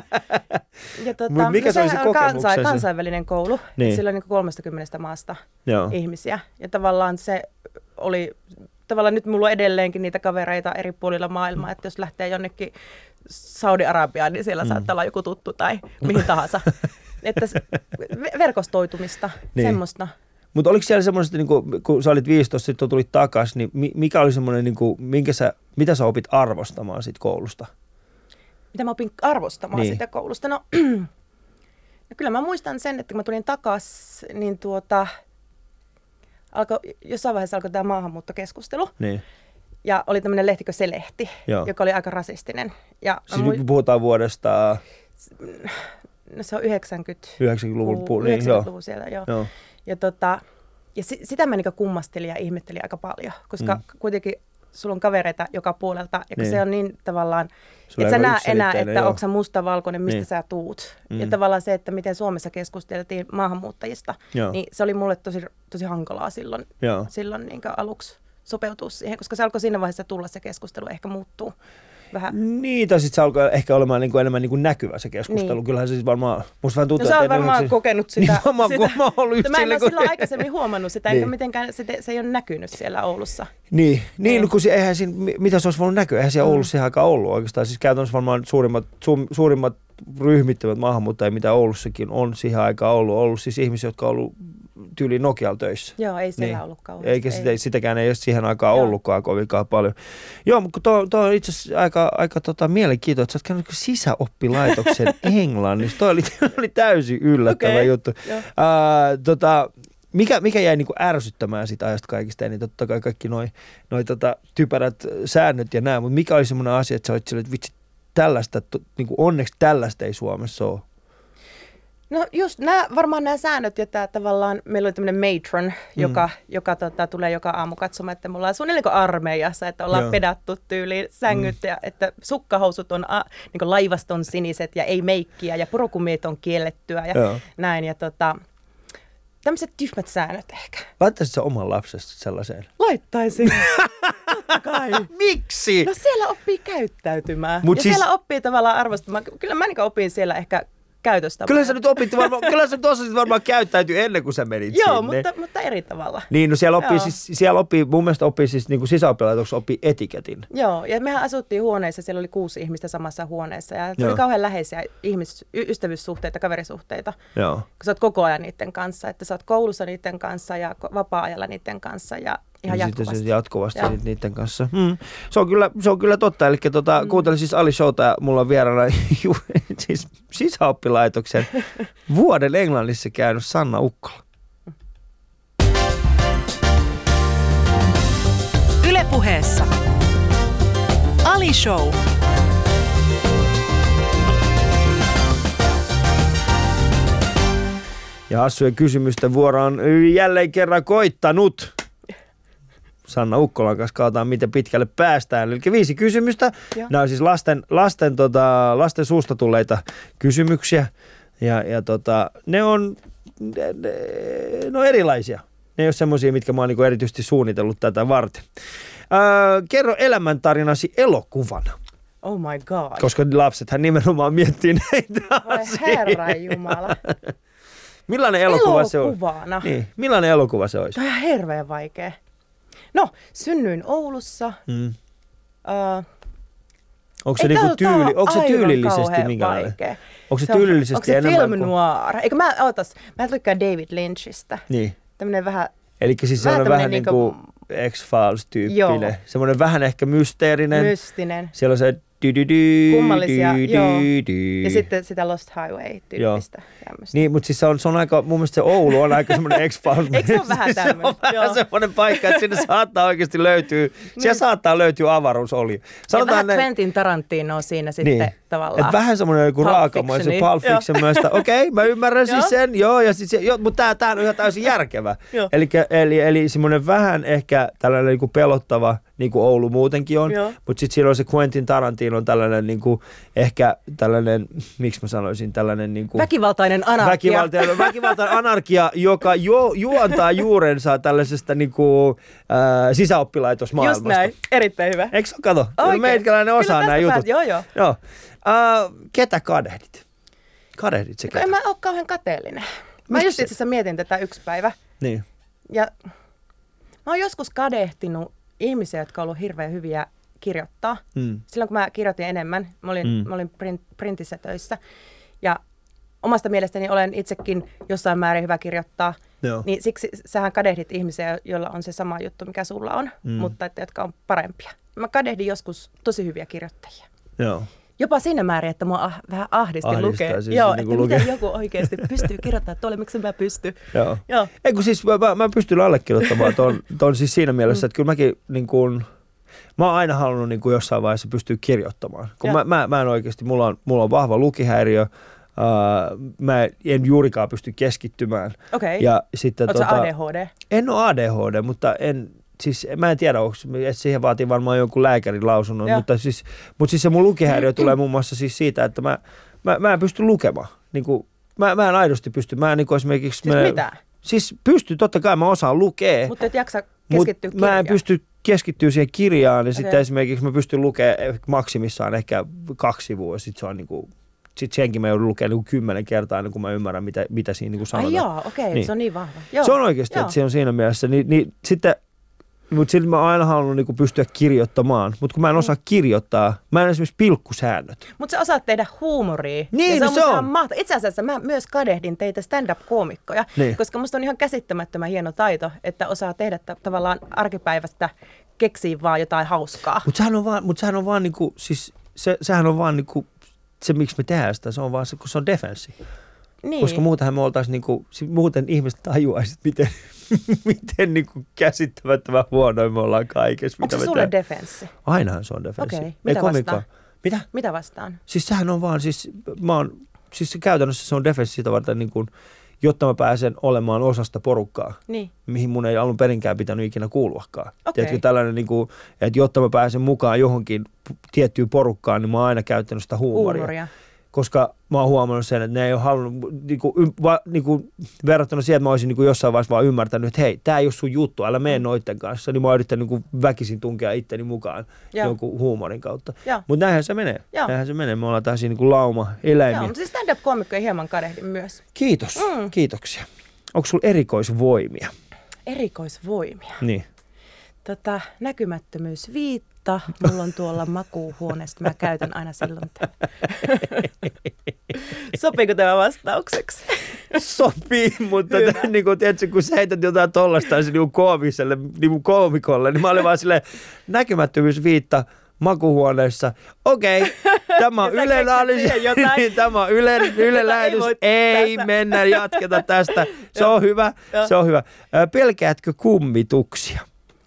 Ja tota, Mut mikä no se oli se kokemuksensa? Kansa, kansainvälinen koulu, niin. Sillä on niin kolmestakymmenestä maasta Joo. ihmisiä. Ja tavallaan se oli, tavallaan nyt mulla on edelleenkin niitä kavereita eri puolilla maailmaa, että jos lähtee jonnekin Saudi-Arabiaan, niin siellä mm. saattaa olla joku tuttu tai mihin tahansa. Että verkostoitumista, niin. semmoista. Mutta oliko siellä semmoista, niin kun sä olit viisitoista, sitten tulit takaisin, niin mikä oli semmoinen, niin kuin, minkä sä, mitä sä opit arvostamaan siitä koulusta? Mitä mä opin arvostamaan niin. siitä koulusta? No, no kyllä mä muistan sen, että kun mä tulin takaisin, niin tuota, alkoi, jossain vaiheessa alkoi tämä maahanmuuttokeskustelu. Niin. Ja oli tämmöinen lehti kuin Se Lehti, Joo. joka oli aika rasistinen. Ja siis mu- puhutaan vuodesta... No se on yhdeksänkymmentä yhdeksänkymmentäluvun, niin, yhdeksänkymmentäluvun siellä, joo. joo. Ja, tota, ja si- sitä mä niinku kummastelin ja ihmettelin aika paljon, koska mm. kuitenkin sulla on kavereita joka puolelta, ja kun niin. se on niin tavallaan, että sä näe enää, että onko sä mustavalkoinen, mistä niin. sä tuut. Mm. Ja tavallaan se, että miten Suomessa keskusteltiin maahanmuuttajista, joo. niin se oli mulle tosi, tosi hankalaa silloin, silloin niin aluksi sopeutua siihen, koska se alkoi siinä vaiheessa tulla se keskustelu, ehkä muuttuu vähän. Niin, tai sitten se alkoi ehkä olemaan niin kuin enemmän niin kuin näkyvä se keskustelu. Niin. Kyllähän se siis varmaan, musta vähän tuntuu, no, sä oot varmaan se... kokenut sitä. Niin, mä, sitä. Mä, ollut mä en ole kun... silloin aikaisemmin huomannut sitä, niin. enkä mitenkään se, se ei ole näkynyt siellä Oulussa. Niin, niin no, kun se, eihän siinä, mitä se olisi voinut näkyä, eihän siellä mm. Oulussa aika ollut oikeastaan. Siis käytännössä varmaan suurimmat, su, suurimmat ryhmittävät maahanmuuttajia, mitä Oulussakin on siihen aikaan ollut. Ollut siis ihmisiä, jotka on ollut tyyli Nokialla töissä. Joo, ei siellä niin. ollut kauheasti. Eikä sitä, ei. sitäkään ei ole siihen aikaan ollutkaan kovinkaan paljon. Joo, mutta tuo, tuo on itse asiassa aika, aika tota, mielenkiintoista, että sä oot käynyt sisäoppilaitoksen Englannissa. Tuo oli, oli täysin yllättävä okay. juttu. Uh, tota, mikä, mikä jäi niinku ärsyttämään sitä ajasta kaikista, niin totta kai kaikki noi, noi tota, typerät säännöt ja nämä, mutta mikä oli semmoinen asia, että sä olit sille, että vitsi, tällaista, niinku onneksi tällaista ei Suomessa ole? No just nämä, varmaan nämä säännöt ja tämä tavallaan, meillä oli tämmöinen matron, mm. joka, joka tota, tulee joka aamu katsomaan, että me ollaan suunnilleen niin kuin armeijassa, että ollaan Joo. pedattu tyyliin sängyt mm. ja että sukkahousut on a, niin kuin laivaston siniset ja ei meikkiä ja purokumiet on kiellettyä ja Joo. näin. Ja tota, tämmöiset tyhmät säännöt ehkä. Laittaisit sä oman lapsesta sellaiseen? Laittaisin. Totta kai. Miksi? No siellä oppii käyttäytymään Mut ja siis... siellä oppii tavallaan arvostamaan. Kyllä mä niin opin siellä ehkä käytöstä. Kyllä sä nyt opit varmaan, kyllä sä osasit varmaan käyttäytyä ennen kuin sä menit Joo, sinne. mutta, mutta eri tavalla. Niin, no siellä oppii, siis, siellä oppii mun mielestä oppii siis niin kuin sisäoppilaitoksessa oppii etiketin. Joo, ja mehän asuttiin huoneessa, siellä oli kuusi ihmistä samassa huoneessa ja se oli kauhean läheisiä ihmis, ystävyyssuhteita, kaverisuhteita. Joo. Kun sä oot koko ajan niiden kanssa, että sä oot koulussa niiden kanssa ja vapaa-ajalla niiden kanssa ja ihan ja jatkuvasti. Sitten se jatkuvasti niiden kanssa. Hmm. Se, on kyllä, se on kyllä totta. Eli tota, mm. kuuntelin siis Ali Showta ja mulla on vieraana siis sisäoppilaitoksen vuoden Englannissa käynyt Sanna Ukkola. Yle Puheessa Ali Show. Ja hassujen kysymysten vuoro on jälleen kerran koittanut. Sanna Ukkolan kanssa katsotaan, miten pitkälle päästään. Eli viisi kysymystä. Joo. Nämä on siis lasten, lasten, tota, lasten suusta tulleita kysymyksiä. Ja, ja tota, ne on ne, ne, ne on erilaisia. Ne ei ole semmoisia, mitkä mä oon niinku erityisesti suunnitellut tätä varten. Öö, kerro elämäntarinasi elokuvana. Oh my god. Koska lapsethan nimenomaan miettii näitä Vai herra jumala. Millainen elokuva se on? Elokuvana. Niin. Millainen elokuva se olisi? Tämä on ihan hirveän vaikea. No, synnyin Oulussa. Mm. Uh, onko se, niinku tyyli, onko se tyylillisesti minkälainen? Onko se, se tyylillisesti onko se enemmän film noir? Eikö mä, ootas, mä tykkään David Lynchistä. Niin. Tämmönen vähän... Eli siis se on vähän niin kuin X-Files-tyyppinen. Semmoinen vähän ehkä mysteerinen. Mystinen. Siellä on se... Dy, dy, dy, kummallisia, dy, joo. Dy. Ja sitten sitä Lost Highway-tyyppistä. Niin, mutta siis se on, se on aika, mun mielestä se Oulu on aika semmoinen X-Files. Eikö se ole vähän tämmöinen? Se on vähän joo. semmoinen paikka, että sinne saattaa oikeasti löytyä, siellä saattaa löytyä avaruusolio. Sanotaan ja vähän ne, Quentin Tarantino on siinä sitten niin. tavallaan. Et vähän semmoinen joku raakamaisen Pulp Fiction myöstä. Okei, okay, mä ymmärrän siis sen, joo, ja siis, jo, mutta tää on ihan täysin järkevä. eli, eli, eli semmoinen vähän ehkä tällainen niin kuin pelottava, niin kuin Oulu muutenkin on, mutta sitten siinä on se Quentin Tarantino, tällainen niin kuin, ehkä tällainen, miksi mä sanoisin, tällainen niin kuin, väkivaltainen anarkia. Väkivaltainen, väkivaltainen anarkia, joka ju, juontaa juurensa tällaisesta niin kuin, äh, sisäoppilaitosmaailmasta. Just näin, erittäin hyvä. Eikö se kato? Meitkäläinen osaa nämä jutut. Joo, joo. joo. Uh, ketä kadehdit? Kadehdit se ketä? En mä ole kauhean kateellinen. Mä just itse asiassa mietin tätä yksi päivä. Niin. Ja mä oon joskus kadehtinut ihmisiä, jotka on ollut hirveän hyviä kirjoittaa. Mm. Silloin kun mä kirjoitin enemmän, mä olin, mm. mä olin print, printissä töissä. Ja omasta mielestäni olen itsekin jossain määrin hyvä kirjoittaa. Joo. Niin siksi sähän kadehdit ihmisiä, joilla on se sama juttu, mikä sulla on, mm. mutta että, jotka on parempia. Mä kadehdin joskus tosi hyviä kirjoittajia. Joo. Jopa siinä määrin, että mua ah, vähän ahdisti Ahdistaa lukea. Siis Joo, niin että lukee. miten joku oikeasti pystyy kirjoittamaan tuolle, miksi mä pysty. Joo. Joo. Ei kun siis mä, mä pystyn allekirjoittamaan ton, ton siis siinä mielessä, että kyllä mäkin niin kuin, mä oon aina halunnut niin kuin jossain vaiheessa pystyä kirjoittamaan. Kun mä, mä, mä en oikeasti, mulla on, mulla on vahva lukihäiriö. Uh, mä en juurikaan pysty keskittymään. Okei. Ja sitten Oletko tota, A D H D? En ole A D H D, mutta en, siis mä en tiedä, onko, siihen vaatii varmaan jonkun lääkärin lausunnon, mutta siis, mutta siis se mun lukihäiriö tulee muun muassa siis siitä, että mä, mä, mä en pysty lukemaan. Niin kuin, mä, mä en aidosti pysty. Mä en niin kuin esimerkiksi... Siis mä, mitä? Siis pysty, totta kai mä osaan lukea. Mutta et jaksa keskittyä kirjaan. Mä en pysty keskittyä siihen kirjaan, niin okay. Sitten esimerkiksi mä pystyn lukemaan maksimissaan ehkä kaksi sivua, ja sitten se on niin kuin... Sitten senkin mä joudun lukemaan niin kymmenen kertaa, niin kun mä ymmärrän, mitä, mitä siinä niin sanotaan. Ai joo, okei, okay, niin. Se on niin vahva. Joo. Se on oikeasti, joo. Että se on siinä mielessä. Ni, niin, sitten Mutta silti mä oon aina halunnut niinku pystyä kirjoittamaan. Mutta kun mä en osaa mm. kirjoittaa, mä en esimerkiksi pilkkusäännöt. Mutta sä osaat tehdä huumoria. Niin, ja se no on. se on. Mahto- Itse asiassa mä myös kadehdin teitä stand-up-koomikkoja, niin. koska musta on ihan käsittämättömän hieno taito, että osaa tehdä t- tavallaan arkipäivästä keksiä vaan jotain hauskaa. Mutta sehän on vaan, mut sehän on vaan niinku, siis se, sehän on vaan niinku, se miksi me tehdään sitä, se on vaan se, kun se on defenssi. Niin. Koska muutenhan me oltaisiin, niinku, muuten ihmiset tajuaisivat, miten, miten niinku käsittämättömän huonoin me ollaan kaikessa. Onko se sulle defenssi? Ainahan se on defenssi. Okei, okay. Mitä vastaan? Mitä? Mitä vastaan? Siis sehän on vaan, siis, mä oon, siis käytännössä se on defenssi sitä varten, niin kuin, jotta mä pääsen olemaan osasta porukkaa, niin. mihin mun ei alun perinkään pitänyt ikinä kuuluakaan. Okay. Tiedätkö, tällainen, niin kuin, että jotta mä pääsen mukaan johonkin tiettyyn porukkaan, niin mä oon aina käyttänyt sitä huumoria. huumoria. Koska mä oon huomannut sen, että ne ei ole halunnut, niin kuin, va, niin kuin, verrattuna siihen, että mä olisin niin kuin jossain vaiheessa vaan ymmärtänyt, että hei, tää ei ole sun juttu, älä mene noitten kanssa. Niin mä oon yrittänyt niin kuin väkisin tunkea itteni mukaan ja. jonkun huumorin kautta. Mutta näinhän se menee. Ja. Näinhän se menee. Me ollaan täysin niin kuin lauma eläimiä. Joo, mutta siis stand-up-koomikkoja hieman kadehdin myös. Kiitos. Mm. Kiitoksia. Onko sulla erikoisvoimia? Erikoisvoimia? Niin. Tota, näkymättömyysviitta. Mulla on tuolla makuuhuoneesta. Mä käytän aina silloin. Sopiiko tämä vastaukseksi? Sopii, mutta tämän, niin kun, tiedätkö, kun sä heität jotain tollaista niin koomiselle, niin koomikolle, niin mä olin vaan silleen, näkymättömyysviitta makuuhuoneessa. Okei, okay, tämä on Ylen analyysi, niin tämä on Ylen, Ylen lähetys. Ei, ei mennä, jatketa tästä. Se on hyvä, se on hyvä. Pelkäätkö kummituksia?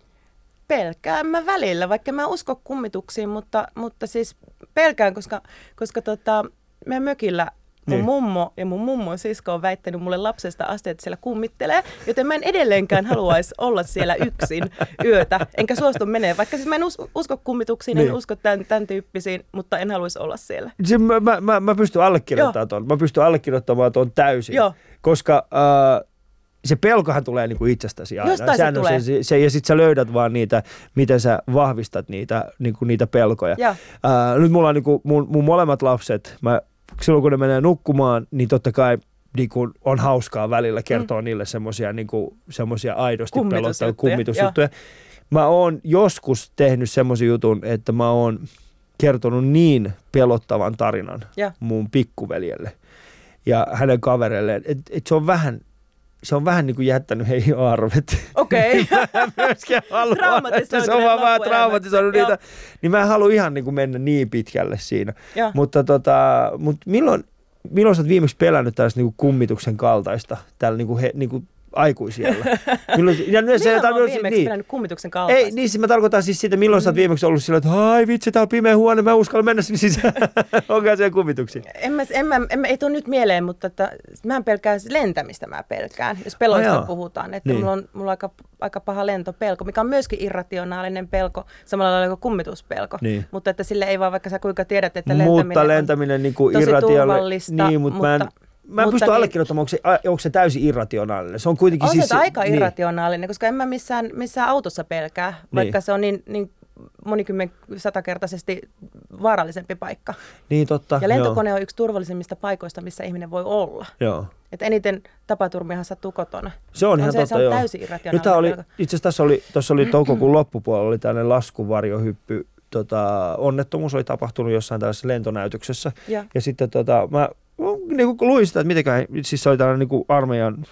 Pelkään mä välillä, vaikka mä en usko kummituksiin, mutta, mutta siis pelkään, koska, koska tota, meidän mökillä mun niin. mummo ja mun mummon sisko on väittänyt mulle lapsesta asti, että siellä kummittelee, joten mä en edelleenkään haluaisi olla siellä yksin yötä, enkä suostu menee. Vaikka siis mä en usko, usko kummituksiin, niin. en usko tämän, tämän tyyppisiin, mutta en haluaisi olla siellä. Se, mä, mä, mä, mä pystyn allekirjoittamaan tuon. Mä pystyn allekirjoittamaan tuon täysin, Joo. koska Äh, se pelkohan tulee niinku itsestäsi aina. Jostain se tulee. Se, se, ja sitten sä löydät vaan niitä, miten sä vahvistat niitä, niinku, niitä pelkoja. Ää, nyt mulla on niinku, mun, mun molemmat lapset, mä, silloin kun ne menee nukkumaan, niin totta kai niinku, on hauskaa välillä kertoa mm. niille semmoisia niinku, aidosti pelottaa kummitusjuttuja. Mä oon joskus tehnyt semmoisen jutun, että mä oon kertonut niin pelottavan tarinan ja. mun pikkuveljelle ja hänen kavereilleen, että et se on vähän... Se on vähän niin kuin jättänyt heihin arvet. Okei. Okay. Mä en myöskään halua, että se on vaan, vaan traumatisoinut niitä. Niin mä en halua ihan niin kuin mennä niin pitkälle siinä. Ja. Mutta tota, mut milloin, milloin sä oot viimeksi pelännyt tällaista niin kuin kummituksen kaltaista, täällä niin kuin he, niin kuin aikuisiellä? Milloin, ja milloin mä oon viimeksi niin. pelännyt kummituksen kaltaista? Ei, niin mä tarkoitan siis sitä, milloin mm. sä oot viimeksi ollut sillä, että ai vitsi, tää on pimeä huone, mä uskallan mennä sinne sisään. Onko se kummituksia? En mä, en mä, en mä, ei tule nyt mieleen, mutta että, mä en pelkää lentämistä, mä pelkään, jos peloista oh, puhutaan. Että niin. mulla on, mulla on aika, aika paha lentopelko, mikä on myöskin irrationaalinen pelko, samalla lailla kuin kummituspelko. Niin. Mutta että sille ei vaan, vaikka sä kuinka tiedät, että lentäminen, mutta lentäminen on niin kuin tosi irrationaalinen. turvallista. Niin, mutta, mutta mä en... Mä en pysty niin, allekirjoittamaan, onko se, onko se täysin irrationaalinen. Se on kuitenkin on siis... se aika niin. irrationaalinen, koska en mä missään, missään autossa pelkää, vaikka niin. se on niin, niin monikymmen satakertaisesti vaarallisempi paikka. Niin totta. Ja lentokone joo. on yksi turvallisimmista paikoista, missä ihminen voi olla. Joo. Et eniten tapaturmiahan sattuu kotona. Se on, on ihan se, totta, se on joo. täysin irrationaalinen. Oli, itse asiassa tässä oli, tuossa oli toukokuun loppupuolella oli tällainen laskuvarjohyppy. Tota, onnettomuus oli tapahtunut jossain tällaisessa lentonäytöksessä. Ja, ja sitten tota, mä niin kuin luin sitä, että mitenkään, siis se oli tällainen niin kuin armeijan,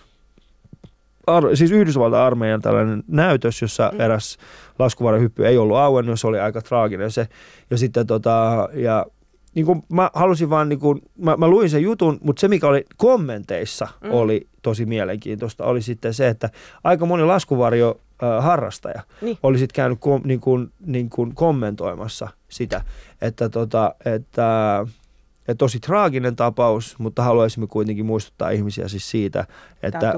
ar, siis Yhdysvaltain armeijan tällainen näytös, jossa mm. eräs laskuvarjohyppy ei ollut auennut, se oli aika traaginen se. Ja sitten tota, ja niin kuin mä halusin vaan, niin kuin, mä, mä luin sen jutun, mutta se mikä oli kommenteissa mm. oli tosi mielenkiintoista, oli sitten se, että aika moni laskuvarjo äh, harrastaja niin. oli sitten käynyt kom, niin kuin, niin kuin kommentoimassa sitä, että, tota, että Ja tosi traaginen tapaus, mutta haluaisimme kuitenkin muistuttaa ihmisiä siis siitä, että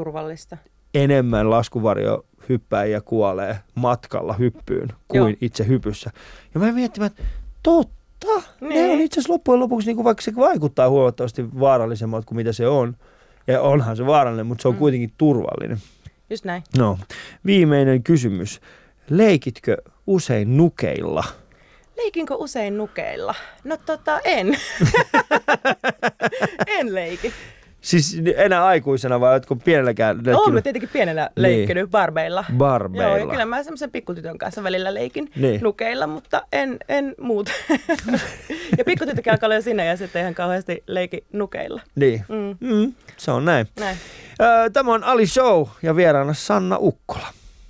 enemmän laskuvarjo hyppäjiä kuolee matkalla hyppyyn kuin Joo. itse hypyssä. Ja mä mietin, että totta, niin. ne on itse asiassa loppujen lopuksi, niin kuin vaikka se vaikuttaa huomattavasti vaarallisemmalta kuin mitä se on. Ja onhan se vaarallinen, mutta se on mm. kuitenkin turvallinen. Just näin. No, viimeinen kysymys. Leikitkö usein nukeilla? Leikinkö usein nukeilla? No tota, en. en leiki. Siis enää aikuisena vai oletko pienelläkään leikkinyt? Olen tietenkin pienellä leikkinyt niin. barbeilla. Barbeilla. Joo, ja kyllä mä semmoisen pikkutytön kanssa välillä leikin niin. nukeilla, mutta en, en muuta. Ja pikkutytökin alkaa olla jo sinne ja sitten ihan kauheasti leiki nukeilla. Niin, mm. Mm, se on näin. näin. Tämä on Ali Show ja vieraana Sanna Ukkola.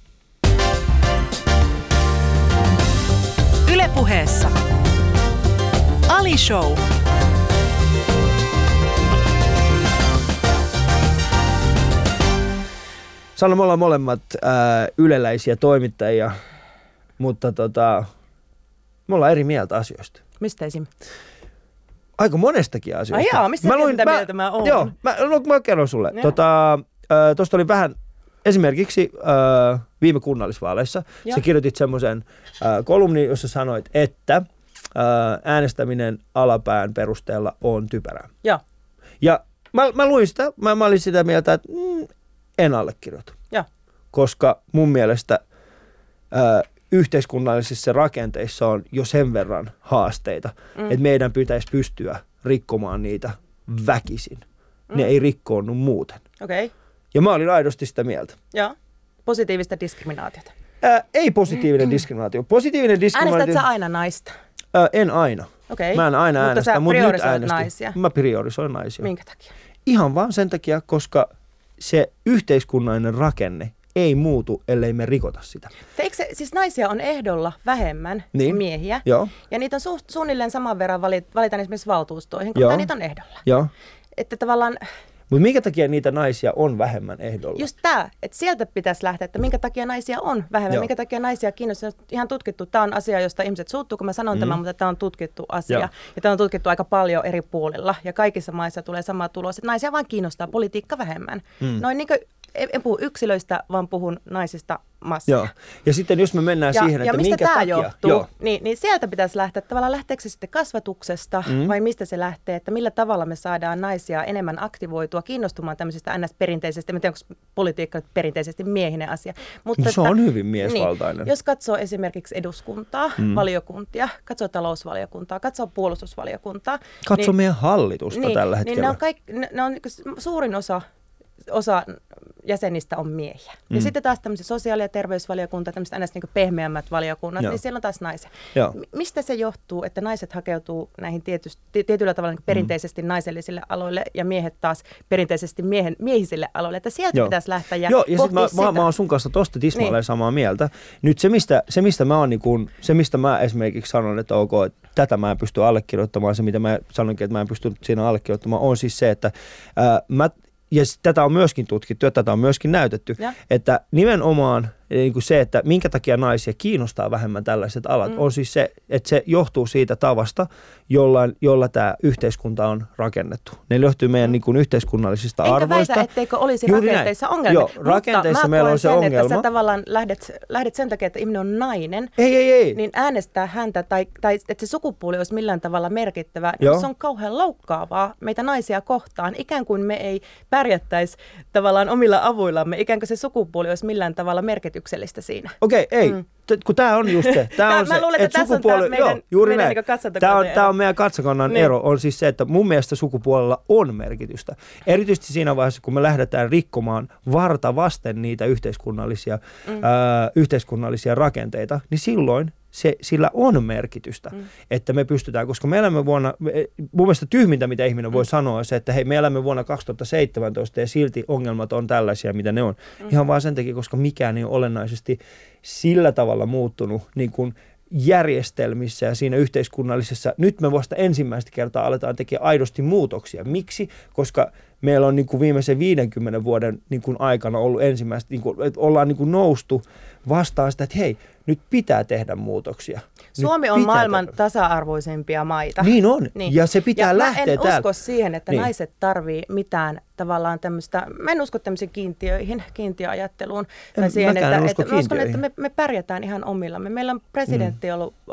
Yle Puheessa Ali Show. Sanna, me ollaan molemmat ää, yleläisiä toimittajia, mutta tota, me ollaan eri mieltä asioista. Mistä esim? Aika monestakin asioista. Ai jaa, mistä mä luin, mitä mä, mieltä mä oon? Joo, mä, no, mä kerron sulle. Tota, äh, Tuosta oli vähän, esimerkiksi äh, viime kunnallisvaaleissa, ja. Sä kirjoitit semmoisen äh, kolumnin, jossa sanoit, että äh, äänestäminen alapään perusteella on typerää. Ja, ja mä, mä luin sitä, mä, mä olin sitä mieltä, että mm, en allekirjoita. Ja. Koska mun mielestä äh, yhteiskunnallisissa rakenteissa on jo sen verran haasteita, mm. että meidän pitäisi pystyä rikkomaan niitä väkisin. Mm. Ne ei rikkoonnut muuten. Okei. Okay. Ja mä olin aidosti sitä mieltä. Joo. Positiivista diskriminaatiota. Ää, ei positiivinen mm. diskriminaatio. Positiivinen diskriminaatio. Äänestätkö sä aina naista? Ää, en aina. Okei. Mä en aina mutta äänestä, sä mutta nyt äänestin. naisia. Mä priorisoin naisia. Minkä takia? Ihan vaan sen takia, koska se yhteiskunnallinen rakenne ei muutu, ellei me rikota sitä. Eikö se, siis naisia on ehdolla vähemmän niin. kuin miehiä. Joo. Ja niitä on su- suunnilleen saman verran valit, valitaan esimerkiksi valtuustoihin, kun niitä on ehdolla. Joo. Että tavallaan... Mutta minkä takia niitä naisia on vähemmän ehdolla? Just tämä, että sieltä pitäisi lähteä, että minkä takia naisia on vähemmän, Joo. minkä takia naisia kiinnostaa. Ihan tutkittu, tämä on asia, josta ihmiset suuttuu, kun mä sanon mm. tämän, mutta tämä on tutkittu asia. Joo. Ja tämä on tutkittu aika paljon eri puolilla. Ja kaikissa maissa tulee sama tulos, että naisia vaan kiinnostaa politiikka vähemmän. Mm. Noin niin kuin, en puhu yksilöistä, vaan puhun naisista massia. Joo. Ja sitten jos me mennään ja, siihen, ja että mistä minkä tämä takia... johtuu, niin, niin sieltä pitäisi lähteä. Tavallaan lähteekö se sitten kasvatuksesta mm. vai mistä se lähtee, että millä tavalla me saadaan naisia enemmän aktivoitua, kiinnostumaan tämmöisestä ns. Perinteisesti, en tiedä, onko politiikka perinteisesti miehinen asia. Mutta no, se että, on hyvin miesvaltainen. Niin, jos katsoo esimerkiksi eduskuntaa, mm. valiokuntia, katsoo talousvaliokuntaa, katsoo puolustusvaliokuntaa. Katsoo niin, meidän hallitusta niin, tällä hetkellä. Niin ne on, kaik, ne, ne on suurin osa... osa jäsenistä on miehiä. Mm. Ja sitten taas tämmöisiä sosiaali- ja terveysvaliokunta, tämmöiset aina niin pehmeämmät valiokunnat, Joo. niin siellä on taas naisia. Joo. Mistä se johtuu, että naiset hakeutuu näihin tietysti, tietyllä tavalla niin perinteisesti mm. naisellisille aloille ja miehet taas perinteisesti miehen, miehisille aloille, että sieltä Joo. pitäisi lähteä ja Joo, ja sit mä, sitä. Mä, mä oon sun kanssa tosta tismalleen niin. samaa mieltä. Nyt se mistä, se, mistä mä oon niin kun, se, mistä mä esimerkiksi sanon, että ok, että tätä mä en pysty allekirjoittamaan, se mitä mä sanoinkin, että mä en pysty siinä allekirjoittamaan, on siis se, että ää, mä ja tätä on myöskin tutkittu ja tätä on myöskin näytetty, ja. että nimenomaan niin kuin se, että minkä takia naisia kiinnostaa vähemmän tällaiset alat, mm. on siis se, että se johtuu siitä tavasta, jolla, jolla tämä yhteiskunta on rakennettu. Ne johtuu meidän mm. niin kuin yhteiskunnallisista Enkä arvoista. Enkä väitä, etteikö olisi Juuri rakenteissa näin. ongelmia. Joo, rakenteissa meillä on se sen, ongelma. Että sä tavallaan lähdet, lähdet sen takia, että ihminen on nainen, ei, ei, ei. niin äänestää häntä, tai, tai että se sukupuoli olisi millään tavalla merkittävä. Niin se on kauhean loukkaavaa meitä naisia kohtaan. Ikään kuin me ei pärjättäisi tavallaan omilla avuillamme, ikään kuin se sukupuoli olisi millään tavalla merkityksellistä siinä. Okei, okay, ei. Mm. Kun tämä on just se. Tää on mä se, luulen, että tässä sukupuoli, on meidän, joo, juuri meidän niin tämä on, tämä on meidän katsokannan niin. ero. On siis se, että mun mielestä sukupuolella on merkitystä. Erityisesti siinä vaiheessa, kun me lähdetään rikkomaan varta vasten niitä yhteiskunnallisia, mm. ää, yhteiskunnallisia rakenteita, niin silloin se, sillä on merkitystä, mm. että me pystytään, koska me elämme vuonna, mun mielestä tyhmintä, mitä ihminen voi mm. sanoa, on se, että hei, me elämme vuonna kaksituhattaseitsemäntoista ja silti ongelmat on tällaisia, mitä ne on. Mm. Ihan vaan sen takia, koska mikään ei ole olennaisesti sillä tavalla muuttunut niin kuin järjestelmissä ja siinä yhteiskunnallisessa. Nyt me vasta ensimmäistä kertaa aletaan tekemään aidosti muutoksia. Miksi? Koska meillä on niin kuin viimeisen viidenkymmenen vuoden niin kuin aikana ollut ensimmäistä, niin kuin, että ollaan niin kuin noustu vastaan sitä, että hei, nyt pitää tehdä muutoksia. Suomi on maailman tehdä. tasa-arvoisempia maita. Niin on, niin. ja se pitää ja lähteä täältä. Mä en usko siihen, että niin. naiset tarvii mitään tavallaan tämmöistä, mä en usko tämmöisiin kiintiöihin, kiintiöajatteluun. En, tai siihen, että, en usko että, uskon, että me, me pärjätään ihan omillamme. Meillä on presidentti mm. ollut, ollut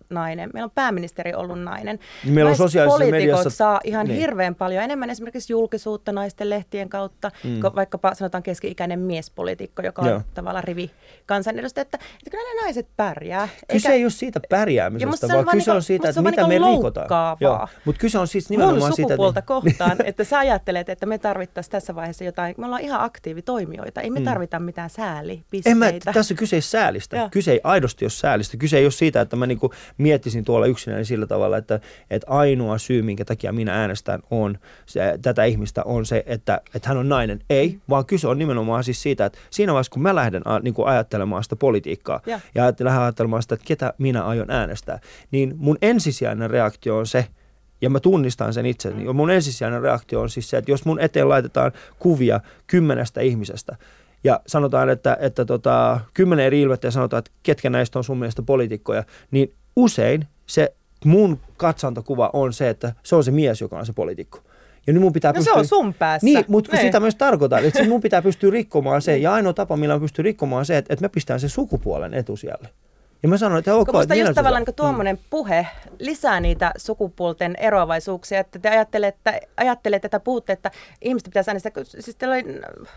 nainen, meillä on pääministeri ollut nainen. Meillä on sosiaalisessa mediassa saa ihan niin. hirveän paljon enemmän esimerkiksi julkisuutta naisten lehtien kautta, mm. vaikkapa sanotaan keski-ikäinen miespoliitikko, joka on Joo. tavallaan rivi kansanedustaja, että, että kyllä ne naiset pärjää. Kyse eikä... ei ole siitä pärjäämisestä, vaan, vaan kyse on siitä, että mitä me rikotaan. Mutta kyse on siis nimenomaan siitä, sukupuolta kohtaan, että sä ajattelet, että me tarvittaisiin tässä vaiheessa jotain, me ollaan ihan aktiivitoimijoita, ei me tarvita mitään säälipisteitä. En mä, tässä kyse ei säälistä, Joo. kyse ei aidosti ole säälistä, kyse ei ole siitä, että mä niinku miettisin tuolla yksinäni sillä tavalla, että, että ainoa syy, minkä takia minä äänestän on, se, tätä ihmistä on se, että, että hän on nainen. Ei, mm. vaan kyse on nimenomaan siis siitä, että siinä vaiheessa, kun mä lähden a, niin kuin ajattelemaan sitä politiikkaa ja, ja lähden ajattelemaan sitä, että ketä minä aion äänestää, niin mun ensisijainen reaktio on se, ja mä tunnistan sen itse, niin mun ensisijainen reaktio on siis se, että jos mun eteen laitetaan kuvia kymmenestä ihmisestä, ja sanotaan, että, että tota, kymmenen eri ilmettä ja sanotaan, että ketkä näistä on sun mielestä poliitikkoja, niin usein se mun katsantokuva on se, että se on se mies, joka on se poliitikko. Ja nyt mun pitää no pystyä... se on sun päässä. Niin, mutta kun sitä myös tarkoitan, että mun pitää pystyä rikkomaan se, ja ainoa tapa, millä mä pystyn rikkomaan se, että, että me pistään sen sukupuolen etusijalle. Ja mä sanoin, että ok, musta just tavallaan niin tuommoinen mm. puhe lisää niitä sukupuolten eroavaisuuksia, että te ajattelette, ajattelette että puhutte, että ihmiset pitäisi äänestää, siis teillä oli...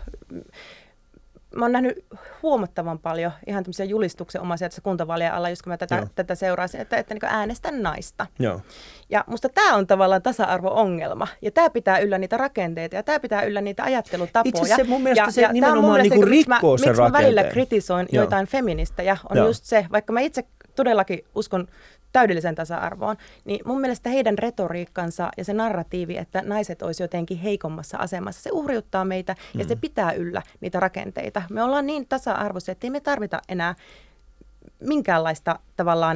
Mä oon nähnyt huomattavan paljon ihan tämmöisiä julistuksenomaisia tässä kuntavaalien alla, just kun mä tätä, tätä seurasin, että, että niin äänestän naista. Joo. Ja musta tämä on tavallaan tasa-arvo-ongelma. Ja tämä pitää yllä niitä rakenteita ja tämä pitää yllä niitä ajattelutapoja. Itse asiassa mun mielestä ja, se ja nimenomaan niinku rikkoo sen rakenteen. Miksi mä välillä kritisoin Joo. joitain feministejä, on Joo. just se, vaikka mä itse todellakin uskon täydelliseen tasa-arvoon, niin mun mielestä heidän retoriikkansa ja se narratiivi, että naiset olisi jotenkin heikommassa asemassa, se uhriuttaa meitä mm. ja se pitää yllä niitä rakenteita. Me ollaan niin tasa-arvoisia, että ei me tarvita enää minkäänlaista tavallaan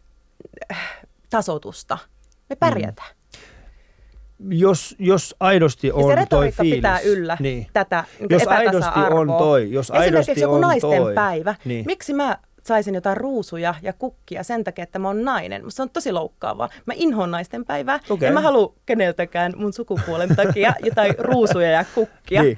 tasoitusta. Me pärjätään. Mm. Jos, jos aidosti on ja se toi fiilis. pitää yllä niin. tätä niin jos aidosti on toi. Jos esimerkiksi joku on naisten toi. päivä. Niin. Miksi mä saisin jotain ruusuja ja kukkia sen takia, että mä oon nainen? Musta se on tosi loukkaavaa. Mä inhoon naisten päivää. Okay. En mä halua keneltäkään mun sukupuolen takia jotain ruusuja ja kukkia. Niin.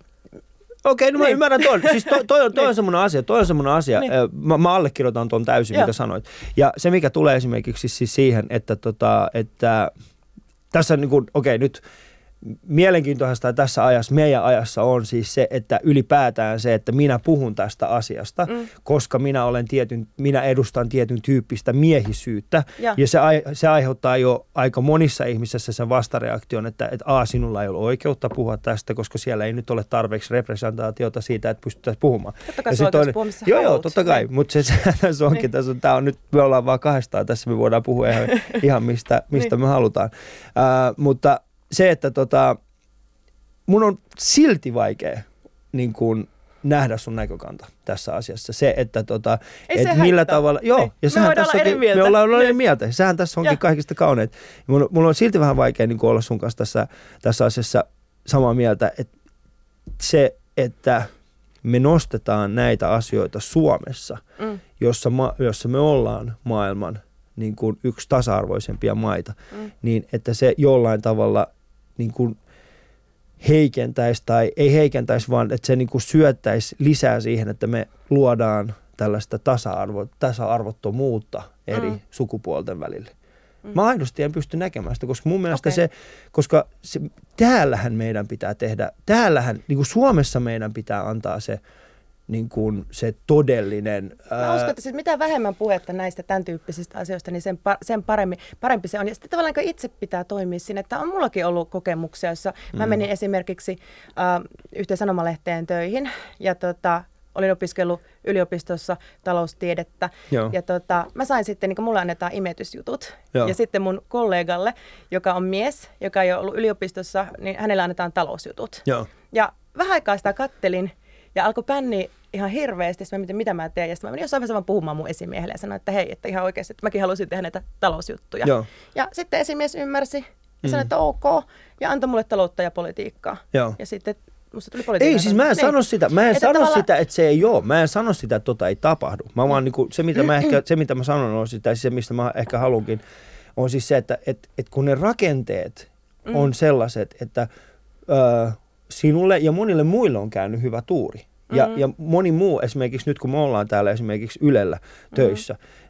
Okei, okay, no mä niin. ymmärrän tuon. Siis toi, toi on, toi on semmoinen asia, toi on semmoinen asia. Niin. Mä, mä allekirjoitan tuon täysin, Joo. mitä sanoit. Ja se, mikä tulee esimerkiksi siis siihen, että, tota, että tässä niin kuin, okei okay, nyt mielenkiintoista tässä ajassa, meidän ajassa on siis se, että ylipäätään se, että minä puhun tästä asiasta, mm. koska minä olen tietyn, minä edustan tietyn tyyppistä miehisyyttä. Ja, ja se, se aiheuttaa jo aika monissa ihmisissä sen vastareaktion, että, että a, sinulla ei ole oikeutta puhua tästä, koska siellä ei nyt ole tarpeeksi representaatiota siitä, että pystyttäisiin puhumaan. Totta kai se oikeus puhua, missä Joo, joo, totta kai, mutta se, se tässä onkin, niin. tässä on, tämä on nyt, me ollaan vaan kahdestaan tässä, me voidaan puhua ihan, ihan mistä, mistä niin. me halutaan. Uh, mutta se, että tota, mun on silti vaikea niin kun nähdä sun näkökanta tässä asiassa. Se, että tota, et se millä haittaa. tavalla... Joo, niin. ja sehän me tässä onkin, mieltä. Me ollaan eri mieltä. Sehän tässä onkin ja. kaikista kauneet. Mulla, mulla on silti vähän vaikea niin olla sun kanssa tässä, tässä asiassa samaa mieltä, että se, että me nostetaan näitä asioita Suomessa, mm. jossa, ma, jossa me ollaan maailman niin kuin yksi tasa-arvoisempia maita, mm. niin että se jollain tavalla niin kuin heikentäisi tai ei heikentäisi, vaan että se niin kuin syöttäisi lisää siihen, että me luodaan tällaista tasa-arvo, tasa-arvottomuutta eri mm. sukupuolten välille. Mm. Mä aidosti en pysty näkemään sitä, koska mun mielestä okay. se, koska se, täällähän meidän pitää tehdä, täällähän, niin kuin Suomessa meidän pitää antaa se, niin kuin se todellinen... Mä ää... uskon, että siis mitä vähemmän puhetta näistä tämän tyyppisistä asioista, niin sen, par, sen paremmin, parempi se on. Ja sitten tavallaan itse pitää toimia siinä, että on mullakin ollut kokemuksia, jossa mm. mä menin esimerkiksi äh, yhteen sanomalehteen töihin ja tota, olin opiskellut yliopistossa taloustiedettä. Joo. Ja tota, mä sain sitten, niin kuin mulle annetaan imetysjutut. Joo. Ja sitten mun kollegalle, joka on mies, joka ei ole ollut yliopistossa, niin hänelle annetaan talousjutut. Joo. Ja vähän aikaa sitä kattelin ja alkoi pänni ihan hirveästi. Sitten mä mietin, mitä mä teen. Ja sitten mä menin jossain vaiheessa vaan puhumaan mun esimiehelle ja sanoin, että hei, että ihan oikeasti, että mäkin halusin tehdä näitä talousjuttuja. Joo. Ja sitten esimies ymmärsi ja mm. sanoi, että ok, ja antoi mulle taloutta ja politiikkaa. Joo. Ja sitten musta tuli politiikkaa. Ei, siis mä en niin. sano sitä, mä en että sano tavalla... sitä, että se ei ole. Mä en sano sitä, että tota ei tapahdu. Mä vaan niin kuin, se, mitä mä ehkä, se, mitä mä sanon, on sitä, se, mistä mä ehkä halunkin, on siis se, että et, et kun ne rakenteet mm. on sellaiset, että ö, sinulle ja monille muille on käynyt hyvä tuuri. Ja, mm-hmm. ja moni muu, esimerkiksi nyt kun me ollaan täällä esimerkiksi Ylellä töissä, mm-hmm.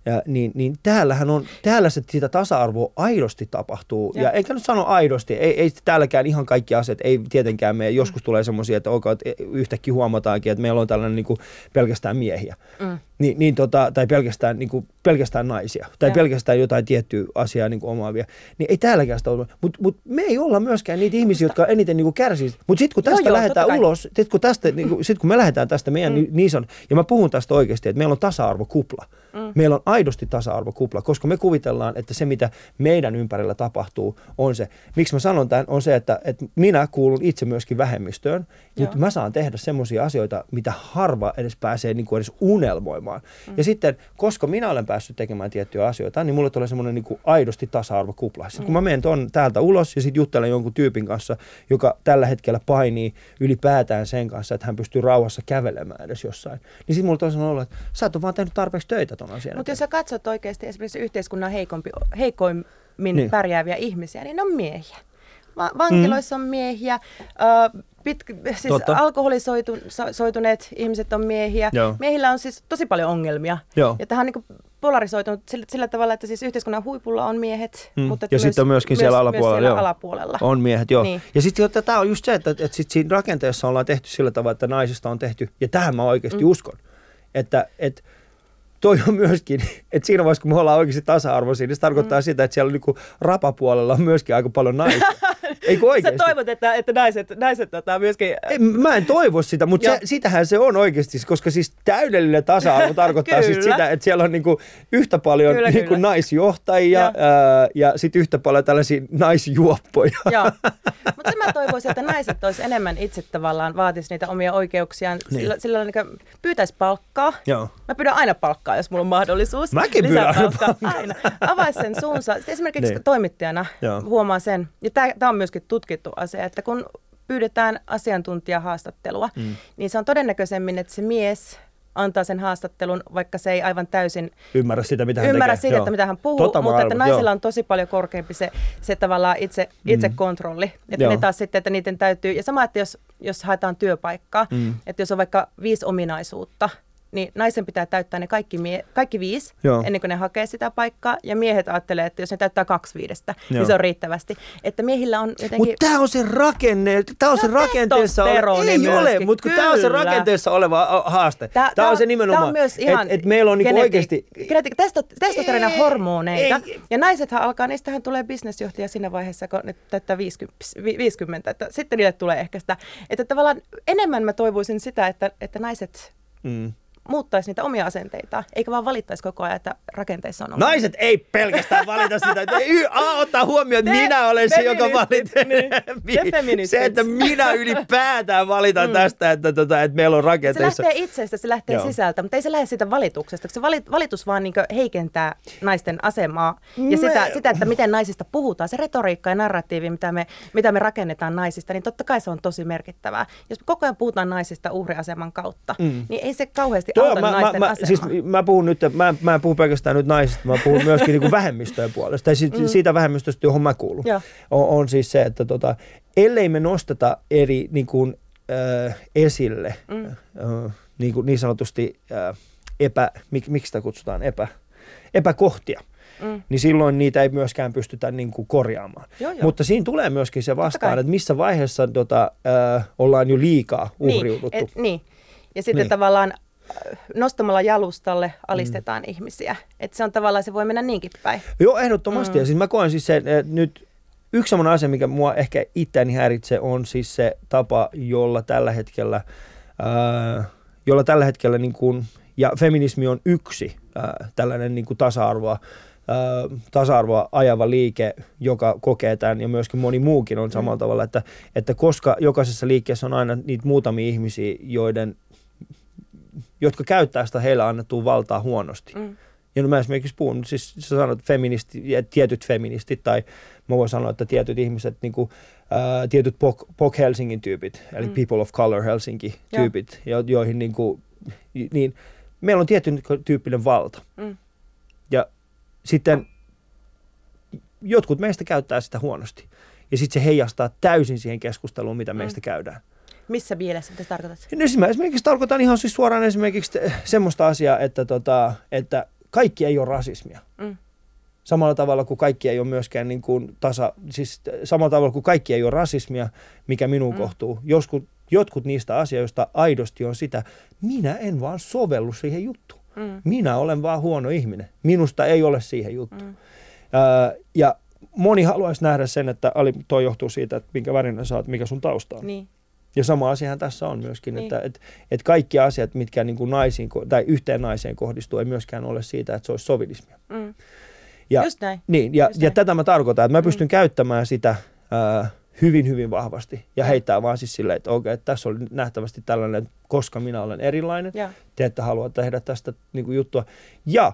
Ja, niin, niin täällähän on, täällä se, sitä tasa-arvoa aidosti tapahtuu. Ja, ja enkä nyt sano aidosti, ei, ei täälläkään ihan kaikki asiat, ei tietenkään me, joskus mm. tulee semmoisia, että, okay, että yhtäkkiä huomataankin, että meillä on tällainen niin kuin pelkästään miehiä. Mm. Ni, niin, tota, tai pelkästään, niin kuin, pelkästään naisia. Tai ja. pelkästään jotain tiettyä asiaa niin kuin omaavia. Niin ei täälläkään sitä ole. Mutta mut me ei olla myöskään niitä ihmisiä, jotka eniten niin kuin kärsii. Mutta sitten kun tästä joo, lähdetään joo, ulos, sitten kun, tästä, niin kun, sit, kun me lähdetään tästä meidän mm. niin on, ja mä puhun tästä oikeasti, että meillä on tasa-arvokupla. Mm. Meillä on aidosti tasa-arvokupla, koska me kuvitellaan, että se mitä meidän ympärillä tapahtuu on se. Miksi mä sanon tämän, on se, että, että minä kuulun itse myöskin vähemmistöön, mutta mä saan tehdä semmoisia asioita, mitä harva edes pääsee niin kuin edes unelmoimaan. Mm. Ja sitten, koska minä olen päässyt tekemään tiettyjä asioita, niin mulle tulee semmoinen niin kuin aidosti tasa-arvokupla. Sitten mm. kun mä menen ton täältä ulos ja sitten juttelen jonkun tyypin kanssa, joka tällä hetkellä painii ylipäätään sen kanssa, että hän pystyy rauhassa kävelemään edes jossain, niin sitten mulla toisaalta on ollut, että sä et ole vaan tehnyt tarpeeksi töitä ton asian. Mutta jos sä katsot oikeasti esimerkiksi yhteiskunnan heikompi, heikoimmin niin. pärjääviä ihmisiä, niin ne on miehiä. Va- vankiloissa mm. on miehiä, uh, pit- siis alkoholisoituneet ihmiset on miehiä. Joo. Miehillä on siis tosi paljon ongelmia. Joo. Ja tähän on niin kuin polarisoitunut sillä, sillä tavalla, että siis yhteiskunnan huipulla on miehet, mm. mutta ja sitten on myöskin siellä, myös, alapuolella, myös siellä alapuolella. On miehet, joo. Niin. Ja sitten tämä on just se, että, että sit siinä rakenteessa ollaan tehty sillä tavalla, että naisista on tehty, ja tähän mä oikeasti mm. uskon, että että toi on myöskin, että siinä vaiheessa, kun me ollaan oikeasti tasa-arvoisia, niin se tarkoittaa mm. sitä, että siellä niinku rapapuolella on myöskin aika paljon naisia. Eikö oikeasti? Sä toivot, että, että naiset, naiset tota, myöskin... Ei, mä en toivo sitä, mutta se, sitähän se on oikeasti, koska siis täydellinen tasa-arvo tarkoittaa siis sitä, että siellä on niinku yhtä paljon kyllä, niinku kyllä. naisjohtajia ja, ää, ja sitten yhtä paljon tällaisia naisjuoppoja. Joo, mutta se mä toivoisin, että naiset olisi enemmän itse tavallaan, vaatisi niitä omia oikeuksiaan, niin. sillä, sillä niin pyytäisi palkkaa. Joo. Mä pyydän aina palkkaa, jos mulla on mahdollisuus. Mäkin pyydän aina palkkaa. Aina. Avaisi sen suunsa. Sitten esimerkiksi niin. toimittajana Joo. huomaa sen, ja tämä on myöskin tutkittu asia, että kun pyydetään asiantuntijahaastattelua, mm. niin se on todennäköisemmin, että se mies antaa sen haastattelun, vaikka se ei aivan täysin ymmärrä sitä, mitä hän ymmärrä tekee. Sitä, että mitä hän puhuu, tota mutta että naisilla joo. on tosi paljon korkeampi se, se tavallaan itse, itse mm. kontrolli. Että ne taas sitten, että niiden täytyy, ja sama, että jos, jos haetaan työpaikkaa, mm. että jos on vaikka viisi ominaisuutta, niin naisen pitää täyttää ne kaikki, mie- kaikki viisi Joo. ennen kuin ne hakee sitä paikkaa. Ja miehet ajattelee, että jos ne täyttää kaksi viidestä, Joo. niin se on riittävästi. Että miehillä on jotenkin... Mutta tämä on se rakenne, tämä on se rakenteessa oleva... Ei ole, mutta tämä on se rakenteessa oleva haaste. Tämä, tämä on se nimenomaan, että et meillä on niinku oikeasti... Testosterona hormoneita. Ei, ja naisethan alkaa, niistähän tulee bisnesjohtaja siinä vaiheessa, kun ne täyttää viisikymmentä. Että sitten niille tulee ehkä sitä... Että tavallaan enemmän mä toivoisin sitä, että, että naiset... Mm. muuttaisi niitä omia asenteitaan, eikä vaan valittaisi koko ajan, että rakenteissa on ongelmia. Naiset ei pelkästään valita sitä. A, ottaa huomioon, että minä olen se, joka valitsee. Niin. Se, että minä ylipäätään valitan mm. tästä, että, tota, että meillä on rakenteissa. Se lähtee itsestä, se lähtee Joo. sisältä, mutta ei se lähde siitä valituksesta. Se valitus vaan niin heikentää naisten asemaa ja me... sitä, sitä, että miten naisista puhutaan. Se retoriikka ja narratiivi, mitä me, mitä me rakennetaan naisista, niin totta kai se on tosi merkittävää. Jos koko ajan puhutaan naisista uhriaseman kautta, mm. niin ei se kauheasti Joo, mä, mä, mä, siis mä puhun nyt, mä, mä en puhu pelkästään nyt naisista, mä puhun myöskin niin kuin vähemmistöjen puolesta. Tai siitä, mm. siitä vähemmistöstä, johon mä kuulun, on, on siis se, että tota, ellei me nosteta eri niin kuin, äh, esille mm. äh, niin, kuin, niin sanotusti äh, epä, mik, miksi sitä kutsutaan, epä, epäkohtia, Mm. niin silloin niitä ei myöskään pystytä niin kuin korjaamaan. Joo, joo. Mutta siinä tulee myöskin se vastaan, että missä vaiheessa tota, äh, ollaan jo liikaa uhriuduttu. Niin, et, niin. Ja sitten niin. tavallaan nostamalla jalustalle alistetaan mm. ihmisiä. Että se on tavallaan, se voi mennä niinkin päin. Joo, ehdottomasti. Mm. Ja siis mä koen siis se, että nyt yksi sellainen asia, mikä mua ehkä itseäni häiritsee, on siis se tapa, jolla tällä hetkellä, ää, jolla tällä hetkellä niin kuin, ja feminismi on yksi ää, tällainen niin kuin tasa-arvoa, ää, tasa-arvoa ajava liike, joka kokee tämän, ja myöskin moni muukin on samalla mm. tavalla, että, että koska jokaisessa liikkeessä on aina niitä muutamia ihmisiä, joiden jotka käyttää sitä heille annettua valtaa huonosti. Mm. Ja no mä esimerkiksi puhun, siis sä sanot feministi, tietyt feministit, tai mä voin sanoa, että tietyt ihmiset, niin kuin, ää, tietyt P O C Helsingin tyypit, eli mm. People of Color Helsinki tyypit, jo. joihin niin kuin, niin meillä on tietyn tyyppinen valta. Mm. Ja sitten jotkut meistä käyttää sitä huonosti. Ja sitten se heijastaa täysin siihen keskusteluun, mitä mm. meistä käydään. Missä mielessä, mitä tarkoitat? No, esimerkiksi tarkoitan ihan siis suoraan esimerkiksi semmoista asiaa, että, tota, että kaikki ei ole rasismia. Mm. Samalla tavalla kuin kaikki ei ole myöskään niin kuin tasa, siis samalla tavalla kuin kaikki ei ole rasismia, mikä minuun mm. kohtuu. Joskus, jotkut niistä asioista aidosti on sitä, minä en vaan sovellu siihen juttuun. Mm. Minä olen vaan huono ihminen. Minusta ei ole siihen juttuun. Mm. Ää, ja moni haluaisi nähdä sen, että Ali, toi johtuu siitä, että minkä värinen sä oot, mikä sun tausta on. Niin. Ja sama asiahan tässä on myöskin, niin. että et, et kaikki asiat, mitkä niin kuin naisiin, tai yhteen naiseen kohdistuu, ei myöskään ole siitä, että se olisi sovilismia. Mm. Ja, Just näin. Niin, ja, Just ja näin. Tätä mä tarkoitan, että mä pystyn mm. käyttämään sitä ää, hyvin, hyvin vahvasti ja heittää vaan siis silleen, että okei, että tässä oli nähtävästi tällainen, koska minä olen erilainen, ja. te ette halua tehdä tästä niin kuin juttua. Ja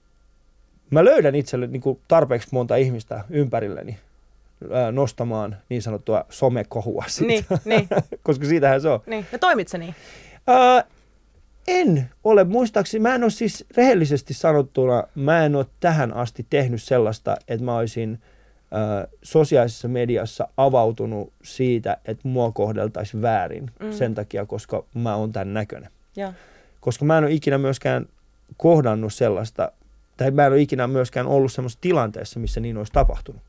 mä löydän itselle niin kuin tarpeeksi monta ihmistä ympärilleni ää, nostamaan niin sanottua somekohua siitä, niin, niin. koska siitähän se on. Niin. Ja toimit sä niin? Ää, en ole, muistaakseni, mä en ole siis rehellisesti sanottuna, mä en ole tähän asti tehnyt sellaista, että mä olisin ää, sosiaalisessa mediassa avautunut siitä, että mua kohdeltaisiin väärin mm. sen takia, koska mä oon tämän näköinen. Ja. Koska mä en ole ikinä myöskään kohdannut sellaista, tai mä en ole ikinä myöskään ollut semmoisessa tilanteessa, missä niin olisi tapahtunut.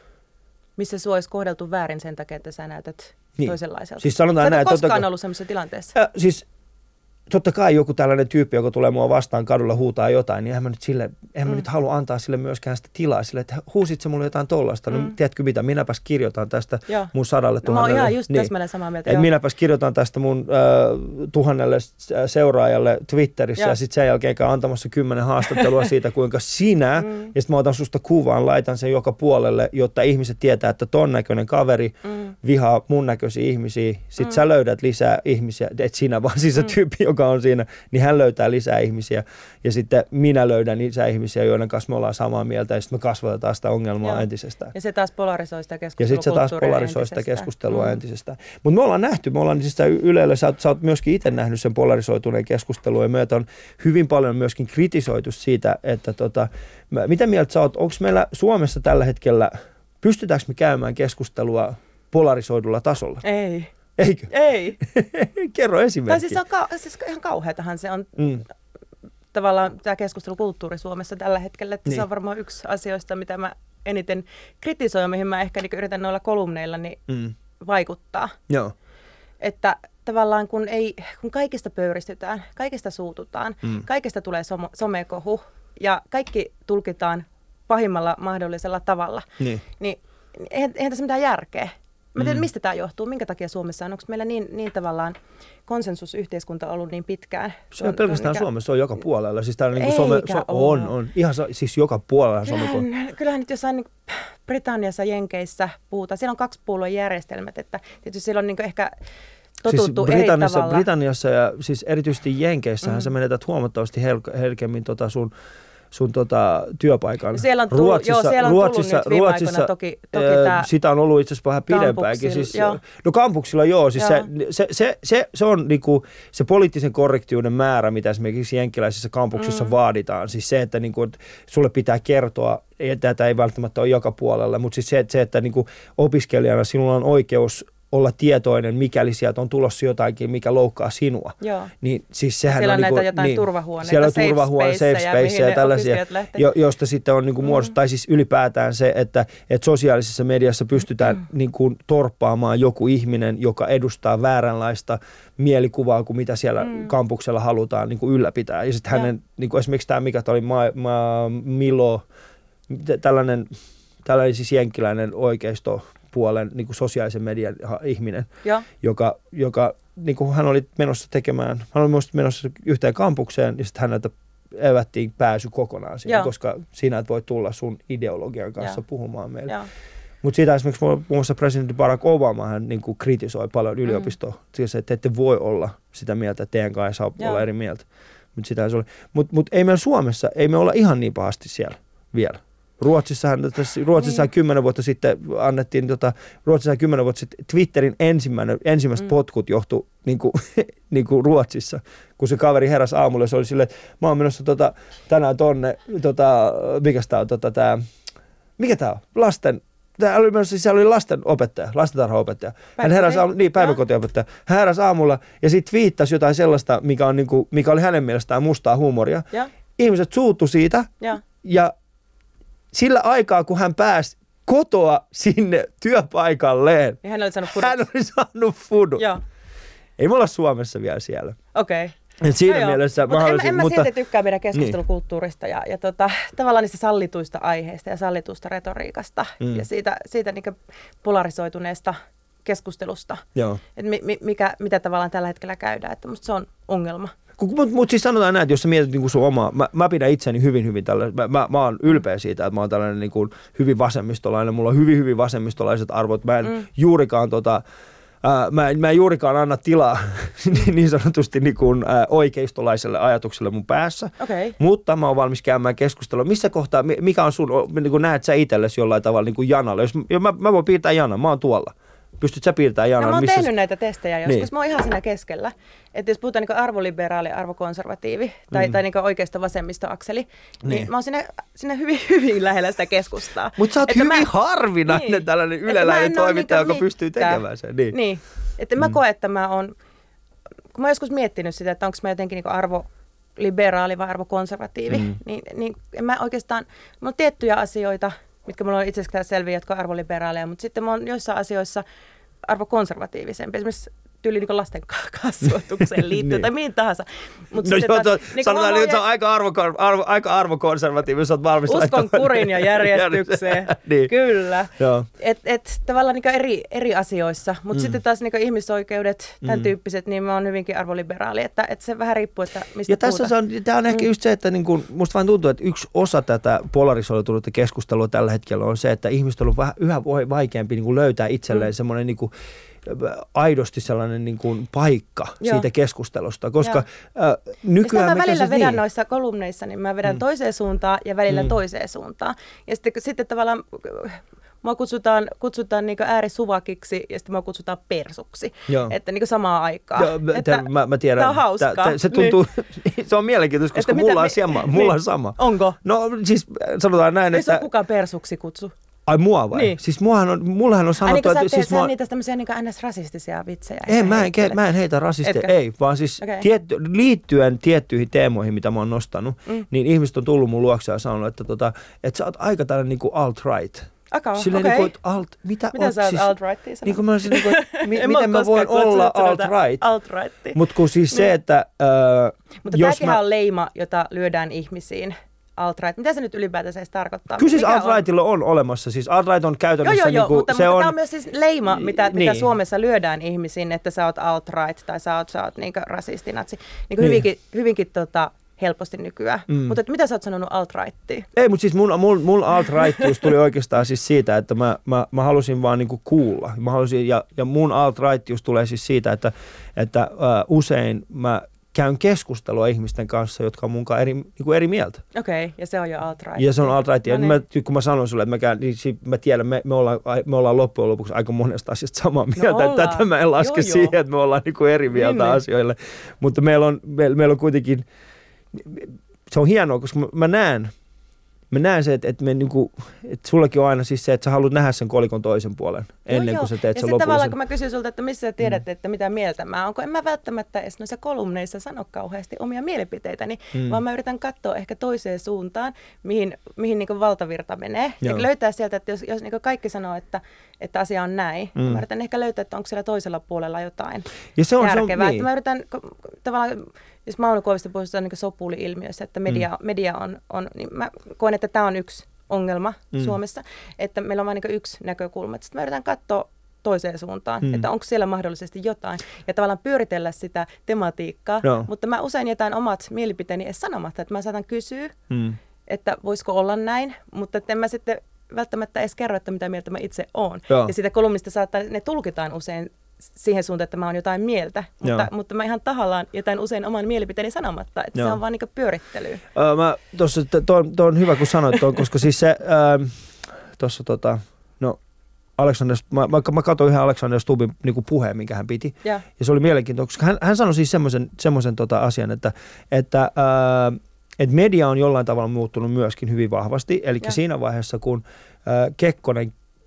Missä sua olisi kohdeltu väärin sen takia, että sä näytät niin. toisenlaiselta. Siis sanotaan sä näin, et koskaan totta, ollut semmoisessa tilanteessa? Äh, siis totta kai joku tällainen tyyppi, joka tulee mua vastaan kadulla huutaa jotain, niin eihän mä nyt, sille, eihän mm. mä nyt halua antaa sille myöskään sitä tilaa sille, että huusit sä mulle jotain tollaista. Mm. No tiedätkö mitä, minäpäs kirjoitan tästä joo. mun sadalle tuhannelle. No mä oon ihan just niin. täsmälleen samaa mieltä. Et minäpäs kirjoitan tästä mun äh, tuhannelle seuraajalle Twitterissä joo. ja sitten sen jälkeen käyn antamassa kymmenen haastattelua siitä, kuinka sinä, mm. ja sitten mä otan susta kuvan, laitan sen joka puolelle, jotta ihmiset tietää, että ton näköinen kaveri mm. vihaa mun näköisiä ihmisiä. Sitten mm. sä löydät lisää ihmisiä, et sinä vaan siis se mm. tyyppi, joka on siinä, niin hän löytää lisää ihmisiä ja sitten minä löydän lisää ihmisiä, joiden kanssa me ollaan samaa mieltä ja sitten me kasvatetaan sitä ongelmaa Joo. entisestään. Ja se taas polarisoi sitä keskustelua. Ja sitten se taas polarisoi sitä keskustelua mm. entisestään. Mutta me ollaan nähty, me ollaan siis Ylellä, sä, sä oot myöskin itse nähnyt sen polarisoituneen keskustelun ja meitä on hyvin paljon myöskin kritisoitu siitä, että tota, mitä mieltä sä oot, onko meillä Suomessa tällä hetkellä, pystytäänkö me käymään keskustelua polarisoidulla tasolla? Ei. Eikö? Ei. Kerro esimerkki. Tai siis, on ka- siis ihan kauheatahan se on mm. tavallaan tämä keskustelukulttuuri Suomessa tällä hetkellä. Että niin. Se on varmaan yksi asioista, mitä mä eniten kritisoin, mihin mä ehkä niin yritän noilla kolumneilla niin mm. vaikuttaa. Joo. Että tavallaan kun, ei, kun kaikista pöyristytään, kaikista suututaan, mm. kaikista tulee som- somekohu ja kaikki tulkitaan pahimmalla mahdollisella tavalla, niin, niin eihän, eihän tässä mitään järkeä. Mä tiedän, mm. mistä tämä johtuu, minkä takia Suomessa on, onko meillä niin, niin tavallaan konsensusyhteiskunta ollut niin pitkään? Se on pelkästään mikä... Suomessa, se on joka puolella. Siis täällä niin some, so, on, on, ihan siis joka puolella kyllähän, kyllähän nyt jossain niin Britanniassa, Jenkeissä puhutaan, siellä on kaksi puolueen järjestelmät, että tietysti siellä on niin ehkä totuttu siis eri tavalla. Britanniassa ja siis erityisesti Jenkeissähän mm. sä menetät huomattavasti hel- helkemmin tota sun sun tota, työpaikan. Siellä on tullut, Ruotsissa, joo, siellä on Ruotsissa, tullut nyt viime Ruotsissa, aikoina toki, toki ää, sitä on ollut itse asiassa vähän pidempäänkin. Siis, no kampuksilla joo, siis joo. Se, se, se, se, se on niinku, se poliittisen korrektiuden määrä, mitä esimerkiksi jenkkiläisissä kampuksissa mm. vaaditaan. Siis se, että niinku, sulle pitää kertoa, että tätä ei välttämättä ole joka puolella, mutta siis se, se että niinku, opiskelijana sinulla on oikeus olla tietoinen, mikäli sieltä on tulossa jotakin, mikä loukkaa sinua. Joo. Niin siis sehän siellä on, on näitä niinku, jotain niin, turvahuoneita, siellä on safe turvahuone, safe space ja, ja tällaisia, jo, josta sitten on niinku mm. muodostunut, tai siis ylipäätään se, että, että sosiaalisessa mediassa pystytään mm. niinku torppaamaan joku ihminen, joka edustaa vääränlaista mielikuvaa kuin mitä siellä mm. kampuksella halutaan niinku ylläpitää. Ja sitten hänen, niinku esimerkiksi tämä, mikä oli Ma, Ma, Milo, tällainen, tällainen siis jenkkiläinen oikeisto, puolen niin kuin sosiaalisen median ihminen, ja. joka, joka niin kuin hän oli menossa tekemään, hän oli menossa yhteen kampukseen ja sitten häneltä evättiin pääsy kokonaan siihen, koska sinä et voi tulla sun ideologian kanssa ja. puhumaan meille. Mutta siitä esimerkiksi muun muassa presidentti Barack Obama hän niin kuin kritisoi paljon yliopistoa, mm. siis, että ette voi olla sitä mieltä, että teidän kanssa ei saa ja. olla eri mieltä. Mutta mut, mut ei meillä Suomessa, ei me olla ihan niin pahasti siellä vielä. Ruotsissahan, Ruotsissahan niin. kymmenen vuotta sitten annettiin, tota, Ruotsissahan kymmenen vuotta sitten Twitterin ensimmäinen, ensimmäiset mm. potkut johtui niin kuin, niin kuin Ruotsissa, kun se kaveri heräsi aamulla, se oli silleen, että mä oon menossa tota, tänään tonne, tota, mikä tää on, tota, tää, mikä tää on, lasten, tää oli menossa, siellä oli lasten opettaja, lastentarhaopettaja, hän heräsi aamulla, niin päiväkotiopettaja, hän heräsi aamulla ja sitten twiittasi jotain sellaista, mikä, on, niin kuin, mikä oli hänen mielestään mustaa huumoria. Ja. ihmiset suuttu siitä ja, ja sillä aikaa, kun hän pääsi kotoa sinne työpaikalleen, ja hän oli saanut fudut. hän oli saanut fudut. Joo. Ei me olla Suomessa vielä siellä. Okei. Okay. Et siinä no mielessä mutta mä en, en mä mutta... silti tykkää meidän keskustelukulttuurista niin. ja, ja tota, tavallaan niistä sallituista aiheista ja sallitusta retoriikasta mm. ja siitä, siitä niinku polarisoituneesta keskustelusta, että mi, mi, mikä, mitä tavallaan tällä hetkellä käydään, että musta se on ongelma. Mutta mut siis sanotaan näin, että jos sä mietit niinku sun omaa, mä, mä pidän itseni hyvin hyvin tällainen, mä, mä, mä oon ylpeä siitä, että mä oon tällainen niinku hyvin vasemmistolainen, mulla on hyvin hyvin vasemmistolaiset arvot, mä en mm. juurikaan tota, ää, mä, en, mä en juurikaan anna tilaa niin sanotusti niinku, ää, oikeistolaiselle ajatukselle mun päässä, okay. mutta mä oon valmis käymään keskustelua, missä kohtaa, mikä on sun, niinku näet sä itsellesi jollain tavalla niinku janalla, jos mä, mä voin piirtää janan, mä oon tuolla. Pystyt sä piirtämään janan? No mä oon missä... tehnyt näitä testejä joskus. Niin. Mä oon ihan siinä keskellä. Että jos puhutaan niin arvoliberaali, arvokonservatiivi tai, mm. tai niin oikeasta vasemmistoakseli, niin. niin mä oon siinä, siinä hyvin, hyvin lähellä sitä keskustaa. Mutta sä oot että hyvin mä, harvinainen niin, tällainen yleläinen toimittaja, joka mitään. pystyy tekemään sen. Niin. niin. Että mm. mä koen, että mä oon, kun mä oon joskus miettinyt sitä, että onko mä jotenkin niin arvoliberaali vai arvokonservatiivi, mm. niin, niin en mä oikeastaan, mulla on tiettyjä asioita, mitkä mulla on itse asiassa selviä, jotka on arvoliberaaleja, mutta sitten mä oon joissain asioissa arvokonservatiivisempi. Esimerkiksi tyyli niin lasten kasvatukseen liittyen niin. tai mihin tahansa. Mut no joo, taas, niin sanotaan, että se on aika, arvo, arvo, aika arvokonservatiivi, sä oot valmis uskon kurin ja järjestykseen, niin. kyllä. Että et, tavallaan niin eri, eri asioissa, mutta mm. sitten taas niin ihmisoikeudet, tämän mm. tyyppiset, niin mä oon hyvinkin arvoliberaali, että, että se vähän riippuu, että mistä ja tässä se on, tämä on ehkä mm. just se, että niin kun, musta vain tuntuu, että yksi osa tätä polarisoitunutta keskustelua tällä hetkellä on se, että ihmistä on vähän, yhä vaikeampi niin löytää itselleen mm. semmoinen niin aidosti sellainen niin kuin paikka Joo. siitä keskustelusta, koska äh, nykyään... Ja mä välillä vedän niin. noissa kolumneissa, niin mä vedän mm. toiseen suuntaan ja välillä mm. toiseen suuntaan. Ja sitten, sitten tavallaan mua kutsutaan, kutsutaan niin äärisuvakiksi ja sitten mua kutsutaan persuksi, Joo. että niin samaan aikaan. Joo, että, te, mä, mä tiedän. Tämä on hauskaa. Tää, se tuntuu, niin. se on mielenkiintoista, koska mulla, mitä, on, sama, mulla niin. on sama. Onko? No siis sanotaan näin, ei että... Ei se kukaan persuksi kutsu. Ai mua vai? Niin. Siis mullahan on, mullahan on sanottu, että... Ai niin siis sä mua... niitä tämmöisiä niin ns-rasistisia vitsejä? Ei, mä en, mä en heitä rasisteja, ei, vaan siis okay. tietty, liittyen tiettyihin teemoihin, mitä mä oon nostanut, mm. niin ihmiset on tullut mun luokse ja sanonut, että, tota, että sä oot aika tällainen niin kuin alt-right. Okay. Silleen okay. niin kuin, alt, mitä, mitä oot, sä oot siis, alt-rightia niin kuin mä olisin, niin kuin, mi, miten mä voin olla alt-right? alt-rightia. Mutta kun siis se, että... Äh, Mutta tämäkin mä... on leima, jota lyödään ihmisiin. Alt-right. Mitä se nyt ylipäätänsä edes tarkoittaa? Kyllä siis alt-rightilla on? on olemassa. Siis alt-right on käytännössä... Joo, joo, niin kuin, mutta, se mutta on... tämä on myös siis leima, mitä, niin. mitä Suomessa lyödään ihmisiin, että sä oot alt-right tai sä oot, sä oot niinku rasisti, natsi. Niinku niin. Hyvinkin, hyvinkin tota, helposti nykyään. Mm. Mutta mitä sä oot sanonut alt-rightiin? Ei, mutta siis mun, mun, mun alt-righttius tuli oikeastaan siis siitä, että mä, mä, mä halusin vaan niinku kuulla. Mä halusin, ja, ja mun alt-righttius tulee siis siitä, että, että uh, usein mä käyn keskustelua ihmisten kanssa, jotka on munkaan eri, niin kuin eri mieltä. Okei, okay, ja se on jo alt-right. Ja se on alt-right. No niin. mä, kun mä sanon sulle, että mä, käyn, niin mä tiedän, me, me, ollaan, me ollaan loppujen lopuksi aika monesta asiasta samaa mieltä. No että tätä mä en laske joo, siihen, joo. että me ollaan niin kuin eri mieltä niin, asioille. Mutta meillä on, me, meillä on kuitenkin, se on hienoa, koska mä, mä näen, Mä näen se, että, että, me niinku, että sullakin on aina siis se, että sä haluat nähdä sen kolikon toisen puolen ennen joo, kuin sä teet ja sen lopullisen. Ja sitten tavallaan, kun mä kysyn sulta, että missä sä tiedät, mm. että mitä mieltä mä oon, kun en mä välttämättä edes noissa kolumneissa sano kauheasti omia mielipiteitäni, mm. vaan mä yritän katsoa ehkä toiseen suuntaan, mihin, mihin niin kuin valtavirta menee. Joo. Ja löytää sieltä, että jos, jos niin kuin kaikki sanoo, että, että asia on näin, mm. mä yritän ehkä löytää, että onko siellä toisella puolella jotain ja se on, järkevää. Se on, niin. Mä yritän tavallaan... Jos Mauno Koivisto puhuu niin sopuli-ilmiössä, että media, mm. media on, on, niin mä koen, että tämä on yksi ongelma mm. Suomessa, että meillä on vain niin yksi näkökulma. Sitten mä yritän katsoa toiseen suuntaan, mm. että onko siellä mahdollisesti jotain, ja tavallaan pyöritellä sitä tematiikkaa, no. mutta mä usein jätän omat mielipiteeni edes sanomatta, että mä saatan kysyä, mm. että voisiko olla näin, mutta en mä sitten välttämättä edes kerro, että mitä mieltä mä itse oon. Joo. Ja sitä kolumnista saattaa, ne tulkitaan usein siihen suuntaan, että mä oon jotain mieltä, mutta, mutta mä ihan tahallaan jätän usein oman mielipiteeni sanomatta, että Joo. se on vaan niinku pyörittelyä. Öö, mä tossa, tuo on hyvä, kun sanoit tuon, koska siis se, öö, tuossa tota, no Alexander, mä, mä, mä katsoin yhden Alexander Stubbin niinku puheen, minkä hän piti, ja, ja se oli mielenkiintoista, koska hän, hän sanoi siis semmoisen, semmoisen tota asian, että, että öö, et media on jollain tavalla muuttunut myöskin hyvin vahvasti, eli ja. siinä vaiheessa, kun öö, Kekkonen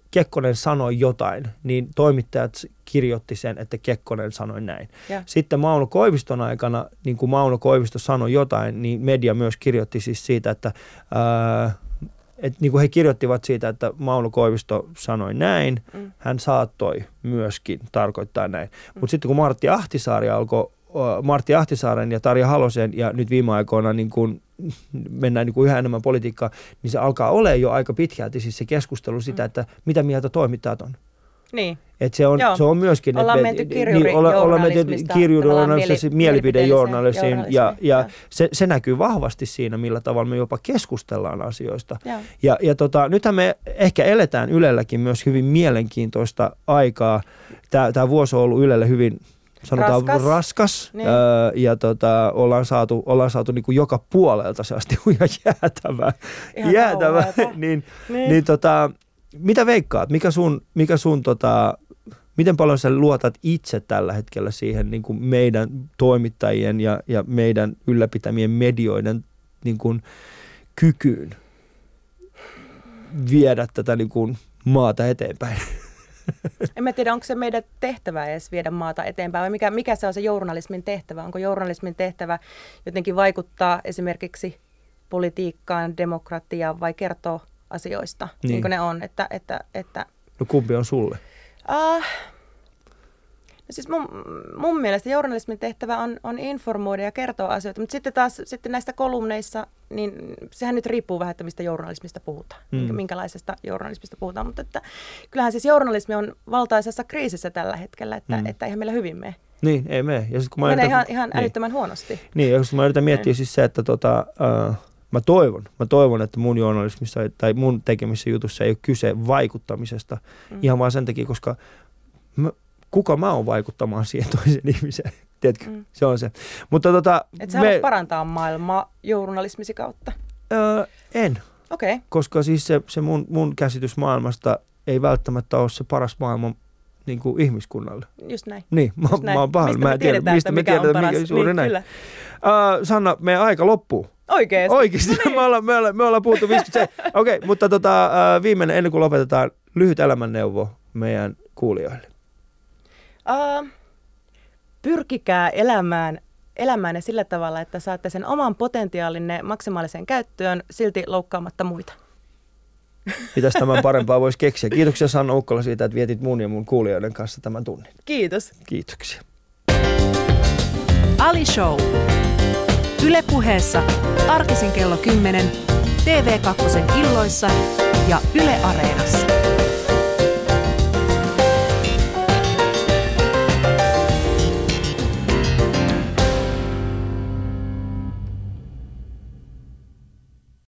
Kekkonen sanoi jotain, niin toimittajat kirjoitti sen, että Kekkonen sanoi näin. Ja. Sitten Mauno Koiviston aikana, niin kuin Mauno Koivisto sanoi jotain, niin media myös kirjoitti siis siitä, että ää, et, niin kuin he kirjoittivat siitä, että Mauno Koivisto sanoi näin, mm. hän saattoi myöskin tarkoittaa näin. Mm. Mutta sitten kun Martti Ahtisaari alkoi, Martti Ahtisaaren ja Tarja Halosen ja nyt viime aikoina niin kun mennään niin kuin yhä enemmän politiikkaan, niin se alkaa olemaan jo aika pitkälti siis se keskustelu sitä, että mitä mieltä toimittajat on. Niin. Et se, on, se on myöskin... Ollaan menty kirjurijournalismista. Kirjurijournalismista, mielipidejournalismiin ja, ja se, se näkyy vahvasti siinä, millä tavalla me jopa keskustellaan asioista. Ja, ja, ja tota, nythän me ehkä eletään Ylelläkin myös hyvin mielenkiintoista aikaa. Tämä, tämä vuosi on ollut Ylelle hyvin... Sanotaan raskas, raskas niin. öö, ja tota, ollaan saatu, ollaan saatu niin kuin joka puolelta sellaista ihan jäätävää. Ihan jäätävää. niin, niin. Niin, tota, mitä veikkaat? Mikä sun, mikä sun tota, miten paljon sä luotat itse tällä hetkellä siihen niin kuin meidän toimittajien ja, ja meidän ylläpitämien medioiden niin kuin kykyyn viedä tätä niin kuin maata eteenpäin? En mä tiedä, onko se meidän tehtävä edes viedä maata eteenpäin vai mikä, mikä se on se journalismin tehtävä? Onko journalismin tehtävä jotenkin vaikuttaa esimerkiksi politiikkaan, demokratiaan vai kertoa asioista, niin, niin kuin ne on? Että, että, että, no kumpi on sulle? Uh, no siis mun, mun mielestä journalismin tehtävä on, on informoida ja kertoa asioita, mutta sitten taas sitten näistä kolumneissa, niin sehän nyt riippuu vähän, että mistä journalismista puhutaan, mm. minkälaisesta journalismista puhutaan, mutta että, kyllähän siis journalismi on valtaisessa kriisissä tällä hetkellä, että, mm. että eihän meillä hyvin mene. Niin, ei mene. Ja sit, kun mä menee yritän, ihan, ihan niin. älyttömän huonosti. Niin, ja mä yritän miettiä siis se, että tota, uh, mä toivon, mä toivon, että mun journalismissa tai mun tekemissä jutussa ei ole kyse vaikuttamisesta, mm. ihan vaan sen takia, koska mä, kuka mä oon vaikuttamaan siihen toiseen ihmiseen, tiedätkö? Mm. Se on se. Mutta tota, et sä me... haluat parantaa maailmaa journalismisi kautta? Öö, en. Okei. Okay. Koska siis se, se mun, mun käsitys maailmasta ei välttämättä ole se paras maailma niin kuin ihmiskunnalle. Just näin. Niin, mä, Just näin. mä oon pahoin. Mistä mä me tiedetään, mistä mikä me tiedetään, on paras. Mikä, niin, näin. Kyllä. Uh, Sanna, meidän aika loppuu. Oikeesti? Oikeasti. No niin. me, ollaan, me, ollaan, me ollaan puhuttu viisikymmentäseitsemän. Okei, okay, mutta tota, uh, viimeinen, ennen kuin lopetetaan, lyhyt elämänneuvo meidän kuulijoille. Uh, pyrkikää elämään, elämään sillä tavalla, että saatte sen oman potentiaalinne maksimaaliseen käyttöön, silti loukkaamatta muita. Mitäs tämän parempaa voisi keksiä? Kiitoksia Sanna Ukkola siitä, että vietit mun ja mun kuulijoiden kanssa tämän tunnin. Kiitos. Kiitoksia. Ali Show. Yle Puheessa arkisin kello kymmenen, T V kaksi illoissa ja Yle Areenassa.